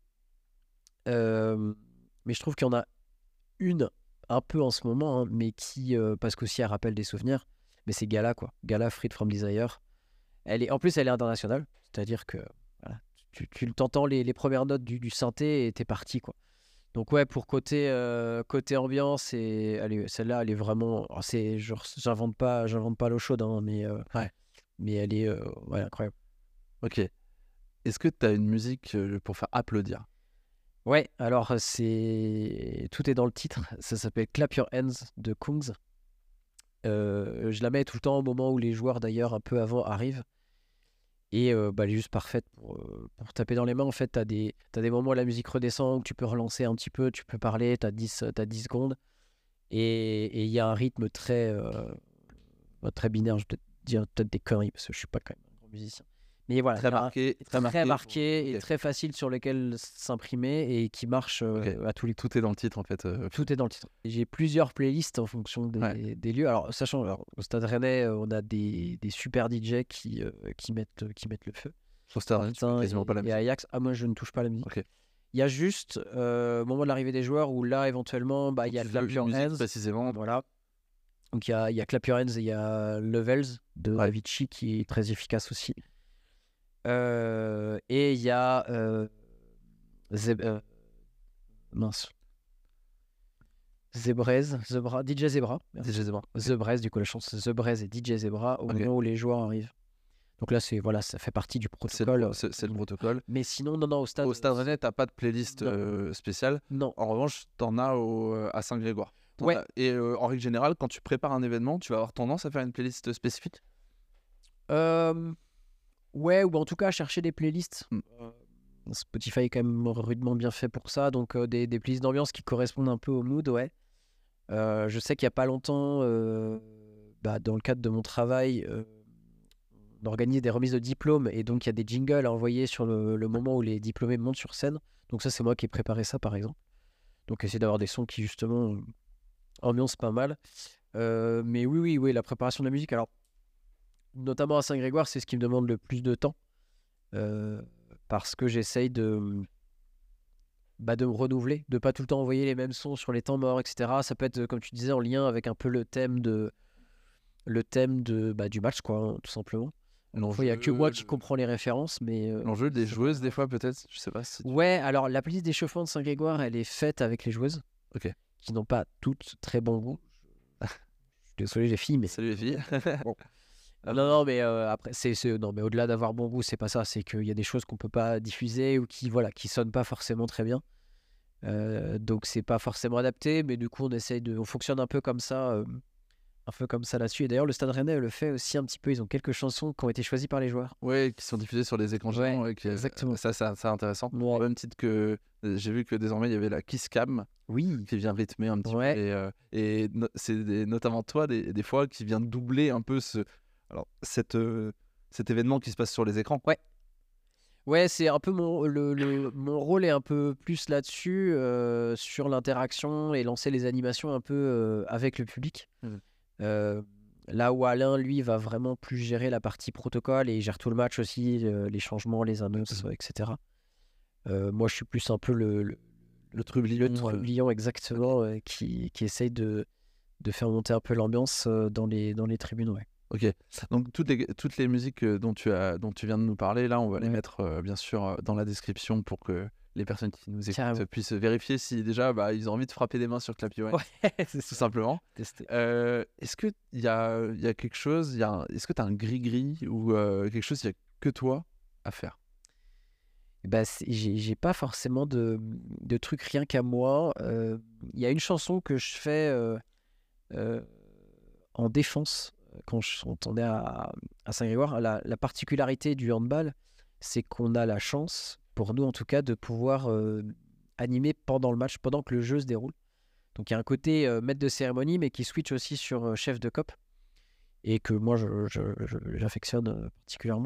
mais je trouve qu'il y en a une un peu en ce moment, hein, mais qui parce qu'aussi elle rappelle des souvenirs. Mais c'est Gala, quoi. Gala, Freed from Desire. En plus, elle est internationale, c'est-à-dire que voilà, tu t'entends les premières notes du synthé et t'es parti, quoi. Donc ouais, pour côté ambiance, celle-là, elle est vraiment. C'est genre, j'invente pas l'eau chaude, hein, mais elle est incroyable. Ok. Est-ce que tu as une musique pour faire applaudir? Ouais, alors tout est dans le titre. Ça s'appelle Clap Your Hands de Kungs. Je la mets tout le temps au moment où les joueurs, d'ailleurs, un peu avant, arrivent. Et elle est juste parfaite pour taper dans les mains. En fait, t'as des moments où la musique redescend, où tu peux relancer un petit peu, tu peux parler, t'as 10 secondes. Et il y a un rythme très binaire. Je vais peut-être dire des conneries, parce que je suis pas quand même un grand musicien. Mais voilà, Très marqué et très facile sur lequel s'imprimer et qui marche à tous les coups. Tout est dans le titre, en fait. Tout est dans le titre. J'ai plusieurs playlists en fonction des lieux. Alors, au Stade Rennais, on a des super DJ qui mettent le feu. Au Stade Rennais, tu mets quasiment pas la musique. Et Ajax, moi je ne touche pas la musique. Okay. Il y a juste au moment de l'arrivée des joueurs où là, éventuellement, il y a Clap Your Hands. Précisément. Voilà. Donc il y a Clap Your Hands et il y a Levels de Avicii qui est très efficace aussi. Et il y a DJ Zebra. The Brez, du coup la chance The Brez et DJ Zebra au moment où les joueurs arrivent. Donc là ça fait partie du protocole. C'est le protocole. Mais sinon non au Stade Rennais, t'as pas de playlist spéciale. Non. En revanche, t'en as à Saint-Grégoire. Et en règle générale, quand tu prépares un événement, tu vas avoir tendance à faire une playlist spécifique. Ouais, ou en tout cas à chercher des playlists. Spotify est quand même rudement bien fait pour ça, donc des playlists d'ambiance qui correspondent un peu au mood, ouais. Je sais qu'il n'y a pas longtemps, dans le cadre de mon travail, on organise des remises de diplômes, et donc il y a des jingles à envoyer sur le moment où les diplômés montent sur scène. Donc ça, c'est moi qui ai préparé ça, par exemple. Donc essayer d'avoir des sons qui, justement, ambiance pas mal. Mais oui, la préparation de la musique, alors notamment à Saint-Grégoire, c'est ce qui me demande le plus de temps. parce que j'essaye de me renouveler, de pas tout le temps envoyer les mêmes sons sur les temps morts, etc. Ça peut être, comme tu disais, en lien avec un peu le thème du match, quoi, hein, tout simplement. Il n'y a que moi qui comprends les références, mais L'enjeu des c'est joueuses, pas- des fois, peut-être. Je sais pas si. Ouais, alors la playlist d'échauffement de Saint-Grégoire, elle est faite avec les joueuses, Ok. qui n'ont pas toutes très bon goût. Je suis désolé les filles, mais Salut les filles. non, mais après, non, mais au-delà d'avoir bon goût, c'est pas ça. C'est qu'il y a des choses qu'on peut pas diffuser ou qui sonnent pas forcément très bien. Donc c'est pas forcément adapté, mais du coup on fonctionne un peu comme ça là-dessus. Et d'ailleurs, le Stade Rennais le fait aussi un petit peu. Ils ont quelques chansons qui ont été choisies par les joueurs. Ouais, qui sont diffusés sur les écrans géants. Ouais, Et exactement. Ça, c'est intéressant. Ouais. Au même titre que j'ai vu que désormais, il y avait la Kiss Cam Oui, qui vient rythmer un petit Ouais. peu. C'est notamment toi, des fois, qui vient doubler un peu cet événement qui se passe sur les écrans. ouais, c'est un peu mon rôle est un peu plus là-dessus, sur l'interaction et lancer les animations un peu avec le public. Mhm. Là où Alain, lui, va vraiment plus gérer la partie protocole et il gère tout le match aussi, les changements, les annonces, etc. Moi, je suis plus un peu Le trublion. trublion, exactement, qui essaye de faire monter un peu l'ambiance dans les tribunes. Ouais. Ok. Donc toutes les musiques dont tu viens de nous parler, là, on va les Ouais. mettre bien sûr dans la description pour que les personnes qui nous écoutent Carrément. puissent vérifier si déjà ils ont envie de frapper des mains sur Clappy Wine, Ouais, c'est tout ça. simplement. Testé. Est-ce qu'il y a quelque chose, est-ce que tu as un gris-gris ou quelque chose, il n'y a que toi à faire? Bah, j'ai pas forcément de trucs rien qu'à moi. Il y a une chanson que je fais euh, en défense quand on est à Saint-Grégoire. La particularité du handball, c'est qu'on a la chance, pour nous en tout cas, de pouvoir animer pendant le match, pendant que le jeu se déroule. Donc il y a un côté maître de cérémonie, mais qui switch aussi sur chef de cop, et que moi j'affectionne particulièrement.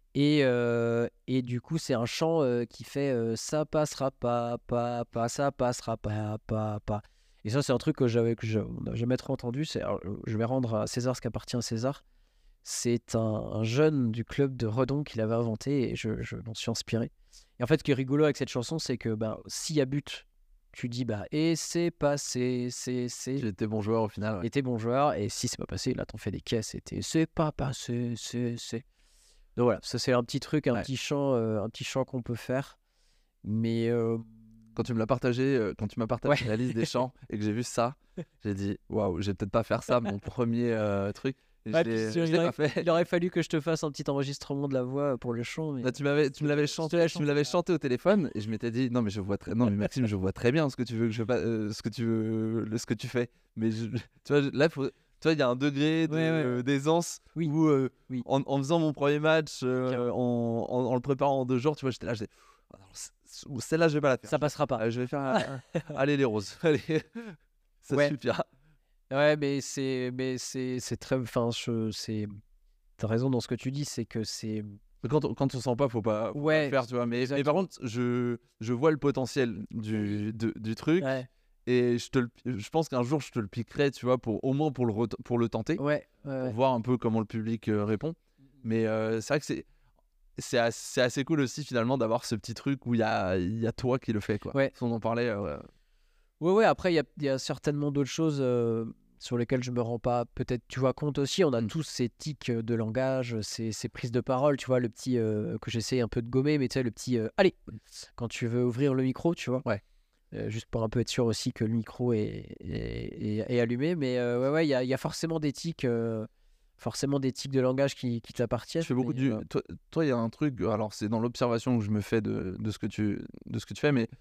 Et du coup, c'est un chant qui fait ça passera pas, ça passera pas. Et ça, c'est un truc on n'a jamais trop entendu. Alors, je vais rendre à César ce qui appartient à César. C'est un jeune du club de Redon qui l'avait inventé et je m'en suis inspiré. Et en fait, ce qui est rigolo avec cette chanson, c'est que s'il y a but, tu dis et c'est passé, c'est. J'étais bon joueur au final. Ouais. Et t'es bon joueur, et si c'est pas passé, là t'en fais des caisses et c'est pas passé, c'est. Donc voilà, ça c'est un petit truc, un Ouais. petit chant qu'on peut faire. Mais Quand tu me l'as partagé, quand tu m'as partagé Ouais. la liste des chants et que j'ai vu ça, j'ai dit waouh, je vais peut-être pas faire ça, mon premier truc. Et Ouais, je l'ai puis je l'ai pas fait. il aurait fallu que je te fasse un petit enregistrement de la voix pour le chant. Mais... Là, tu me l'avais chanté, chanté au téléphone et je m'étais dit non mais non mais Maxime, je vois très bien ce que tu veux que je fasse, ce que tu fais. Mais tu vois là tu vois il y a un degré d'aisance Oui. où Oui. en faisant mon premier match, Carrément. en le préparant en 2 jours, tu vois, j'étais là, celle-là je vais pas la faire. Ça passera pas. Je vais faire allez les roses, allez, ça Ouais. suffira. Ouais, mais c'est très. Enfin, t'as raison dans ce que tu dis, c'est que c'est. Quand on sent pas, faut pas Ouais, le faire, tu vois. Mais par exactement. contre, je vois le potentiel du truc. Ouais, Et je pense qu'un jour, je te le piquerai, tu vois, au moins pour le tenter, ouais, pour voir un peu comment le public répond. Mais c'est vrai que c'est assez cool aussi, finalement, d'avoir ce petit truc où il y a toi qui le fais, quoi. Ouais. Si on en parlait. Ouais, après, il y a certainement d'autres choses sur lesquelles je me rends pas peut-être, tu vois, compte aussi. On a tous ces tics de langage, ces prises de parole, tu vois, le petit que j'essaie un peu de gommer, mais tu sais, le petit allez, quand tu veux ouvrir le micro, tu vois. Ouais. Juste pour un peu être sûr aussi que le micro est allumé. Mais ouais, il y a forcément des tics. Forcément des tics de langage qui t'appartiennent. Je fais beaucoup mais, Toi, il y a un truc, alors c'est dans l'observation que je me fais de ce que tu fais, mais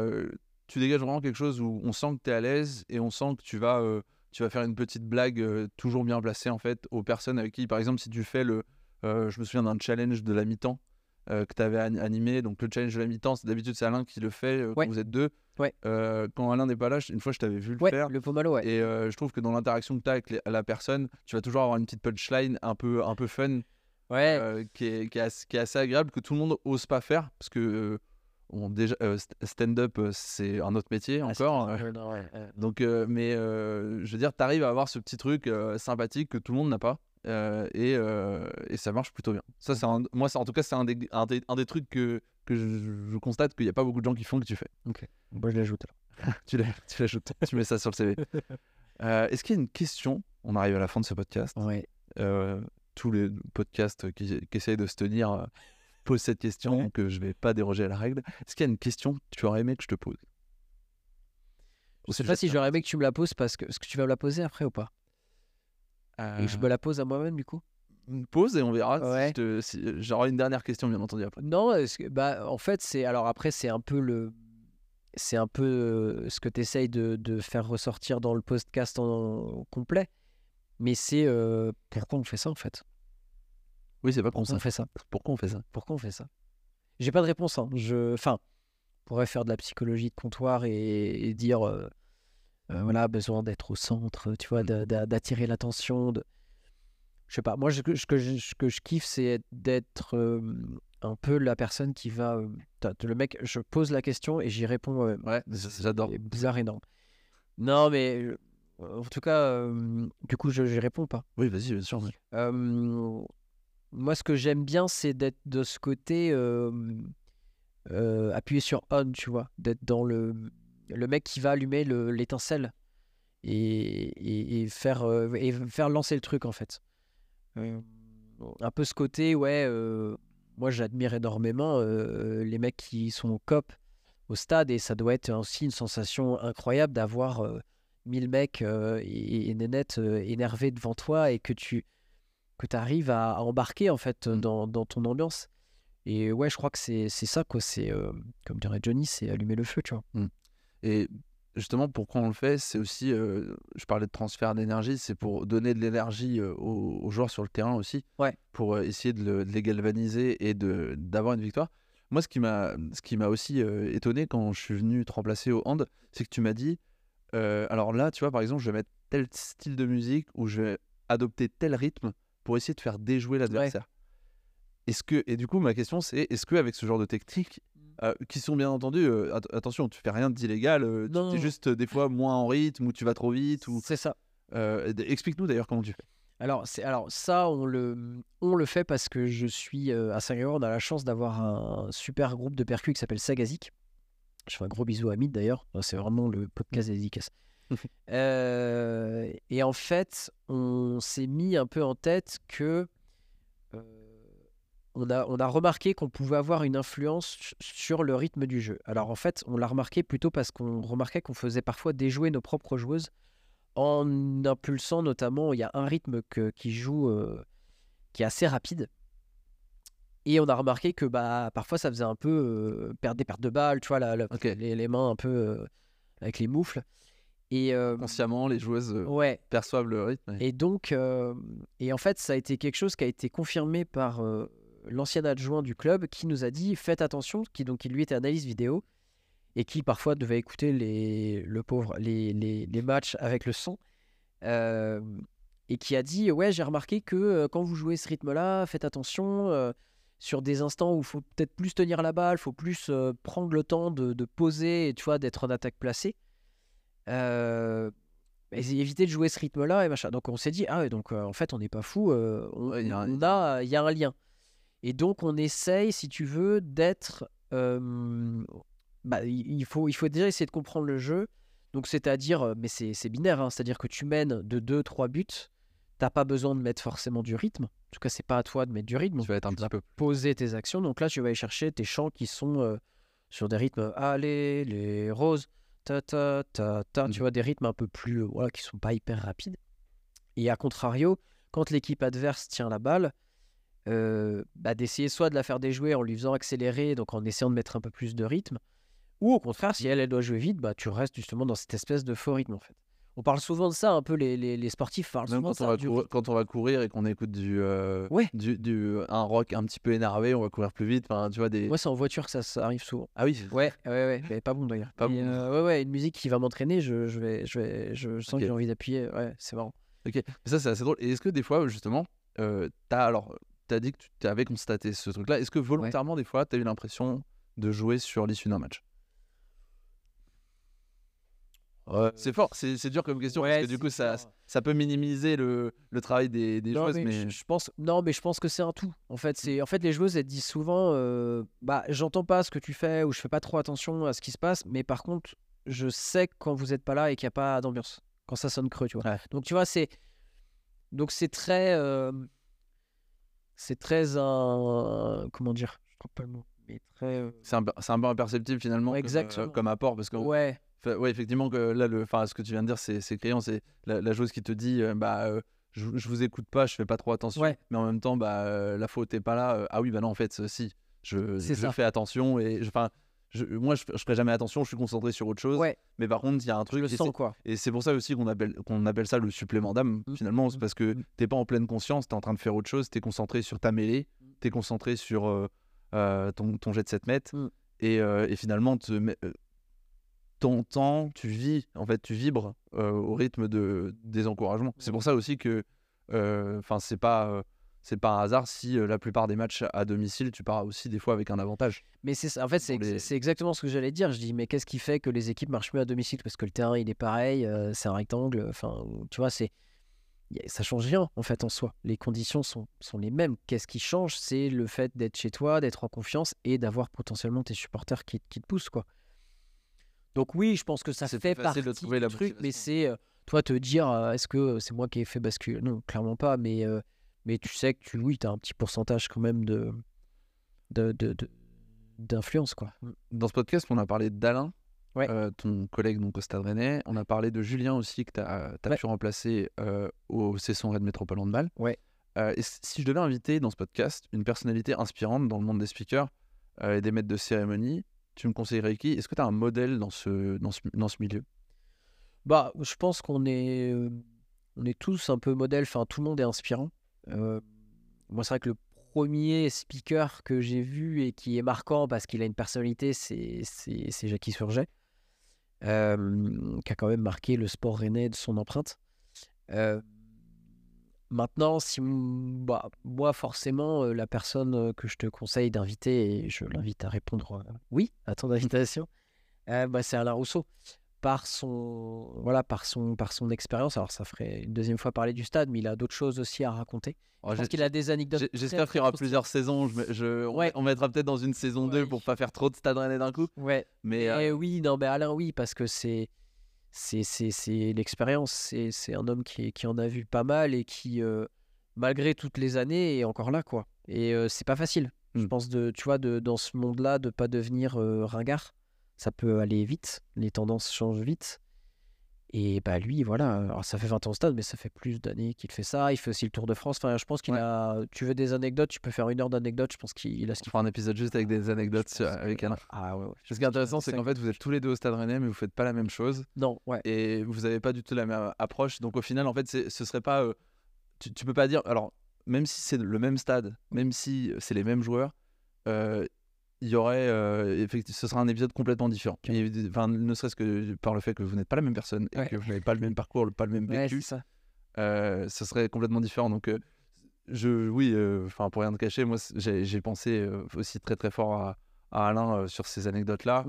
tu dégages vraiment quelque chose où on sent que tu es à l'aise et on sent que tu vas faire une petite blague toujours bien placée en fait aux personnes avec qui, par exemple, si tu fais je me souviens d'un challenge de la mi-temps que tu avais animé. Donc le challenge de la mi-temps, d'habitude c'est Alain qui le fait quand Ouais. vous êtes deux. Ouais. Quand Alain n'est pas là, une fois je t'avais vu le Ouais, faire. le pomalo, ouais. Et je trouve que dans l'interaction que tu as avec la personne, tu vas toujours avoir une petite punchline un peu fun, Ouais. qui est assez agréable, que tout le monde ose pas faire, parce que déjà stand-up c'est un autre métier encore. Non, ouais. Donc, mais je veux dire, tu arrives à avoir ce petit truc sympathique que tout le monde n'a pas. Et ça marche plutôt bien. Ça, moi, en tout cas, c'est un des trucs que que je constate qu'il n'y a pas beaucoup de gens qui font que tu fais. Ok. Moi, je l'ajoute alors. Tu l'ajoutes, tu mets ça sur le CV. Est-ce qu'il y a une question? On arrive à la fin de ce podcast. Ouais. Tous les podcasts qui essayent de se tenir posent cette question, Ouais. donc je ne vais pas déroger à la règle. Est-ce qu'il y a une question que tu aurais aimé que je te pose? Je sais pas si j'aurais aimé que tu me la poses parce que tu vas me la poser après ou pas? Et je me la pose à moi-même du coup? Pose et on verra. Ouais. J'aurai une dernière question, bien entendu, après. Non, en fait, c'est un peu ce que tu essayes de faire ressortir dans le podcast en complet. Mais c'est pourquoi on fait ça en fait? Oui, c'est pas con Pourquoi ça. on fait ça? Pourquoi on fait ça? Pourquoi on fait ça? J'ai pas de réponse. Hein. Enfin, on pourrait faire de la psychologie de comptoir et dire voilà, besoin d'être au centre, tu vois, d'attirer l'attention. Je sais pas. Moi, ce que je kiffe, c'est d'être un peu la personne qui va. Le mec, je pose la question et j'y réponds moi-même. Ouais, j'adore. C'est bizarre et non. Non, mais en tout cas, du coup, j'y réponds pas. Oui, vas-y, bien sûr. Ouais. Moi, ce que j'aime bien, c'est d'être de ce côté appuyé sur on, tu vois, d'être dans le mec qui va allumer l'étincelle et faire lancer le truc en fait. Un peu ce côté, ouais. Moi, j'admire énormément les mecs qui sont au COP, au stade, et ça doit être aussi une sensation incroyable d'avoir 1000 mecs et nénettes énervés devant toi et que tu arrives à embarquer en fait dans ton ambiance. Et ouais, je crois que c'est ça quoi. C'est comme dirait Johnny, c'est allumer le feu, tu vois. Et justement, pourquoi on le fait, c'est aussi, je parlais de transfert d'énergie, c'est pour donner de l'énergie aux joueurs sur le terrain aussi, Ouais. pour essayer de les galvaniser et d'avoir une victoire. Moi, ce qui m'a aussi étonné quand je suis venu te remplacer au hand, c'est que tu m'as dit, alors là, tu vois, par exemple, je vais mettre tel style de musique ou je vais adopter tel rythme pour essayer de faire déjouer l'adversaire. Et du coup, ma question, c'est, est-ce qu'avec ce genre de techniques, qui sont bien entendu, attention, tu fais rien d'illégal, tu es juste des fois moins en rythme ou tu vas trop vite. C'est ça. Explique-nous d'ailleurs comment tu fais. Alors ça, on le fait parce que je suis à Saint-Grégoire, on a la chance d'avoir un super groupe de percus qui s'appelle Sagazik. Je fais un gros bisou à Mid d'ailleurs, c'est vraiment le podcast dédicace. Et en fait, on s'est mis un peu en tête que on a remarqué qu'on pouvait avoir une influence sur le rythme du jeu. Alors en fait, on l'a remarqué plutôt parce qu'on remarquait qu'on faisait parfois déjouer nos propres joueuses en impulsant notamment, il y a un rythme qui joue qui est assez rapide. Et on a remarqué que parfois ça faisait un peu perdre des pertes de balles, tu vois, les mains un peu avec les moufles. Et consciemment, les joueuses perçoivent le rythme. Et donc, et en fait, ça a été quelque chose qui a été confirmé par l'ancien adjoint du club qui nous a dit faites attention, qui lui était analyste vidéo et qui parfois devait écouter les matchs avec le son et qui a dit ouais, j'ai remarqué que quand vous jouez ce rythme-là, faites attention sur des instants où il faut peut-être plus tenir la balle, il faut plus prendre le temps de poser et tu vois, d'être en attaque placée. Éviter de jouer ce rythme-là et machin. Donc on s'est dit ah ouais, donc en fait on n'est pas fou, il y a un lien. Et donc on essaye, si tu veux, d'être il faut déjà essayer de comprendre le jeu. Donc c'est-à-dire, mais c'est binaire, hein, c'est-à-dire que tu mènes de 2-3 buts, t'as pas besoin de mettre forcément du rythme. En tout cas, c'est pas à toi de mettre du rythme. Tu vas être un petit peu poser tes actions. Donc là, tu vas aller chercher tes chants qui sont sur des rythmes allez les roses, ta ta ta ta, tu vois, des rythmes un peu plus qui sont pas hyper rapides. Et à contrario, quand l'équipe adverse tient la balle, d'essayer soit de la faire déjouer en lui faisant accélérer, donc en essayant de mettre un peu plus de rythme, ou au contraire, si elle doit jouer vite, tu restes justement dans cette espèce de faux rythme en fait. On parle souvent de ça, un peu les sportifs parlent même souvent quand on va courir et qu'on écoute un rock un petit peu énervé, on va courir plus vite. Enfin, tu vois Ouais, c'est en voiture que ça arrive souvent. Ah oui. Ouais, mais pas bon d'ailleurs. Pas bon. Ouais, une musique qui va m'entraîner, je sens que j'ai envie d'appuyer. Ouais, c'est marrant. Ok, mais ça c'est assez drôle. Et est-ce que des fois justement, t'as dit que tu avais constaté ce truc-là. Est-ce que volontairement des fois, t'as eu l'impression de jouer sur l'issue d'un match? C'est fort, c'est dur comme question Ouais, parce que du c'est coup ça, dur. ça peut minimiser le travail des Non, joueuses, mais mais je pense, non, mais je pense que c'est un tout. En fait, les joueuses, elles disent souvent, bah, j'entends pas ce que tu fais ou je fais pas trop attention à ce qui se passe, mais par contre, je sais quand vous êtes pas là et qu'il y a pas d'ambiance, quand ça sonne creux, tu vois. Ouais. Donc, tu vois, donc c'est très, comment dire, je trouve pas le mot, mais très, c'est un peu imperceptible finalement Ouais, comme, exactement. comme apport parce que ouais, ouais, effectivement que là ce que tu viens de dire c'est criant, c'est la joueuse qui te dit je vous écoute pas, je fais pas trop attention, Ouais. mais en même temps la faute est pas là, ah oui bah non en fait si je C'est ça. fais attention et moi je ferai jamais attention, je suis concentré sur autre chose, Ouais, mais par contre il y a un je truc le et sens, quoi. c'est pour ça aussi qu'on appelle ça le supplément d'âme finalement, c'est parce que t'es pas en pleine conscience, t'es en train de faire autre chose, t'es concentré sur ta mêlée, t'es concentré sur ton jet de 7 mètres et finalement ton temps, tu vibres au rythme des encouragements. C'est pour ça aussi que c'est pas un hasard si la plupart des matchs à domicile, tu pars aussi des fois avec un avantage. Mais c'est ça, en fait, c'est exactement ce que j'allais dire. Je dis, mais qu'est-ce qui fait que les équipes marchent mieux à domicile? Parce que le terrain, il est pareil, c'est un rectangle. Enfin, tu vois, ça change rien, en fait, en soi. Les conditions sont les mêmes. Qu'est-ce qui change? C'est le fait d'être chez toi, d'être en confiance et d'avoir potentiellement tes supporters qui te poussent, quoi. Donc oui, je pense que ça C'est fait plus facile partie de trouver du la truc, mais motivation. c'est toi te dire, est-ce que c'est moi qui ai fait basculer? Non, clairement pas, mais tu sais que oui, tu as un petit pourcentage quand même d'influence, quoi. Dans ce podcast, on a parlé d'Alain, Ouais. ton collègue donc, au Stade Rennais. On a parlé de Julien aussi, que tu as Ouais. pu remplacer au Cesson Red Métropole Handball. Ouais. Et si je devais inviter dans ce podcast une personnalité inspirante dans le monde des speakers et des maîtres de cérémonie, tu me conseillerais qui? Est-ce que tu as un modèle dans ce milieu? Bah, je pense qu'on est tous un peu modèles, enfin tout le monde est inspirant. Moi, c'est vrai que le premier speaker que j'ai vu et qui est marquant parce qu'il a une personnalité, c'est Jackie Surget, qui a quand même marqué le sport rennais de son empreinte. Maintenant, moi, forcément, la personne que je te conseille d'inviter, et je l'invite à répondre oui à ton invitation, c'est Alain Rousseau. Par son expérience. Alors, ça ferait une deuxième fois parler du stade, mais il a d'autres choses aussi à raconter. Je pense qu'il a des anecdotes. J'espère qu'il y aura plusieurs saisons. Ouais. On mettra peut-être dans une saison 2 pour pas faire trop de Stade Rennais d'un coup. Ouais. Mais oui, non, mais Alain, oui, parce que c'est l'expérience. C'est un homme qui en a vu pas mal et qui, malgré toutes les années, est encore là, quoi. Et c'est pas facile. Je pense dans ce monde-là, de pas devenir ringard. Ça peut aller vite, les tendances changent vite. Et bah lui, voilà, alors ça fait 20 ans au stade, mais ça fait plus d'années qu'il fait ça. Il fait aussi le Tour de France. Enfin, je pense qu'il a. Tu veux des anecdotes, tu peux faire 1 heure d'anecdotes. Je pense qu'il a ce on qu'il faut. fera un épisode juste avec des anecdotes avec Alain. Ah ouais. Ce qui est intéressant, c'est qu'en fait, vous êtes tous les deux au Stade Rennais, mais vous faites pas la même chose. Non, ouais. Et vous avez pas du tout la même approche. Donc au final, en fait, ce serait pas. Tu peux pas dire. Alors, même si c'est le même stade, même si c'est les mêmes joueurs, il y aurait ce sera un épisode complètement différent. Enfin, ne serait-ce que par le fait que vous n'êtes pas la même personne et que vous n'avez pas le même parcours, pas le même vécu, c'est ça. ce serait complètement différent. Donc pour rien te cacher, moi j'ai pensé aussi très très fort à Alain sur ces anecdotes-là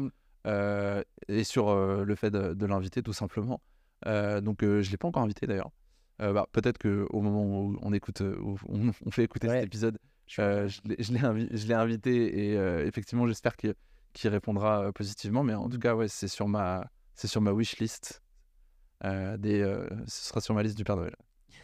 et sur le fait de l'inviter tout simplement. Donc je l'ai pas encore invité d'ailleurs. Peut-être qu'au moment où où on fait écouter cet épisode, je l'ai invité et effectivement j'espère qu'il répondra positivement, mais en tout cas c'est sur ma wish list ce sera sur ma liste du Père Noël.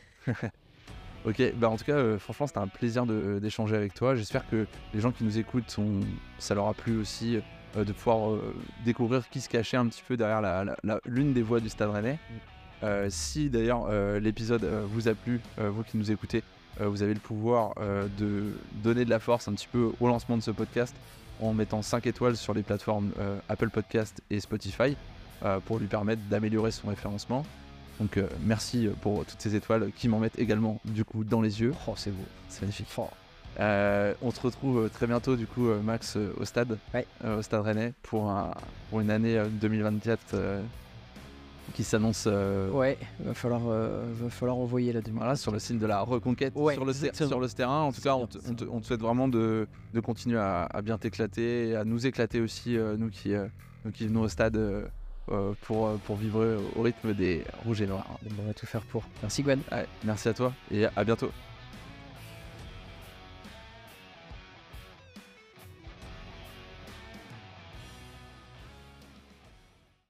Ok, en tout cas franchement c'était un plaisir d'échanger avec toi. J'espère que les gens qui nous écoutent, ça leur a plu aussi de pouvoir découvrir qui se cachait un petit peu derrière l'une des voix du Stade Rennais. Si d'ailleurs l'épisode vous a plu, vous qui nous écoutez, vous avez le pouvoir de donner de la force un petit peu au lancement de ce podcast en mettant 5 étoiles sur les plateformes Apple Podcast et Spotify pour lui permettre d'améliorer son référencement. Donc merci pour toutes ces étoiles qui m'en mettent également du coup dans les yeux. Oh, c'est beau, c'est magnifique. On se retrouve très bientôt du coup Max au stade Rennais pour une année 2024 qui s'annonce. Ouais, va falloir envoyer la demi. Voilà, sur le signe de la reconquête sur le terrain. En tout cas, on te souhaite vraiment de continuer à bien t'éclater et à nous éclater aussi, nous qui venons au stade pour vivre au rythme des rouges et noirs. On va tout faire pour. Merci Gwen. Ouais, merci à toi et à bientôt.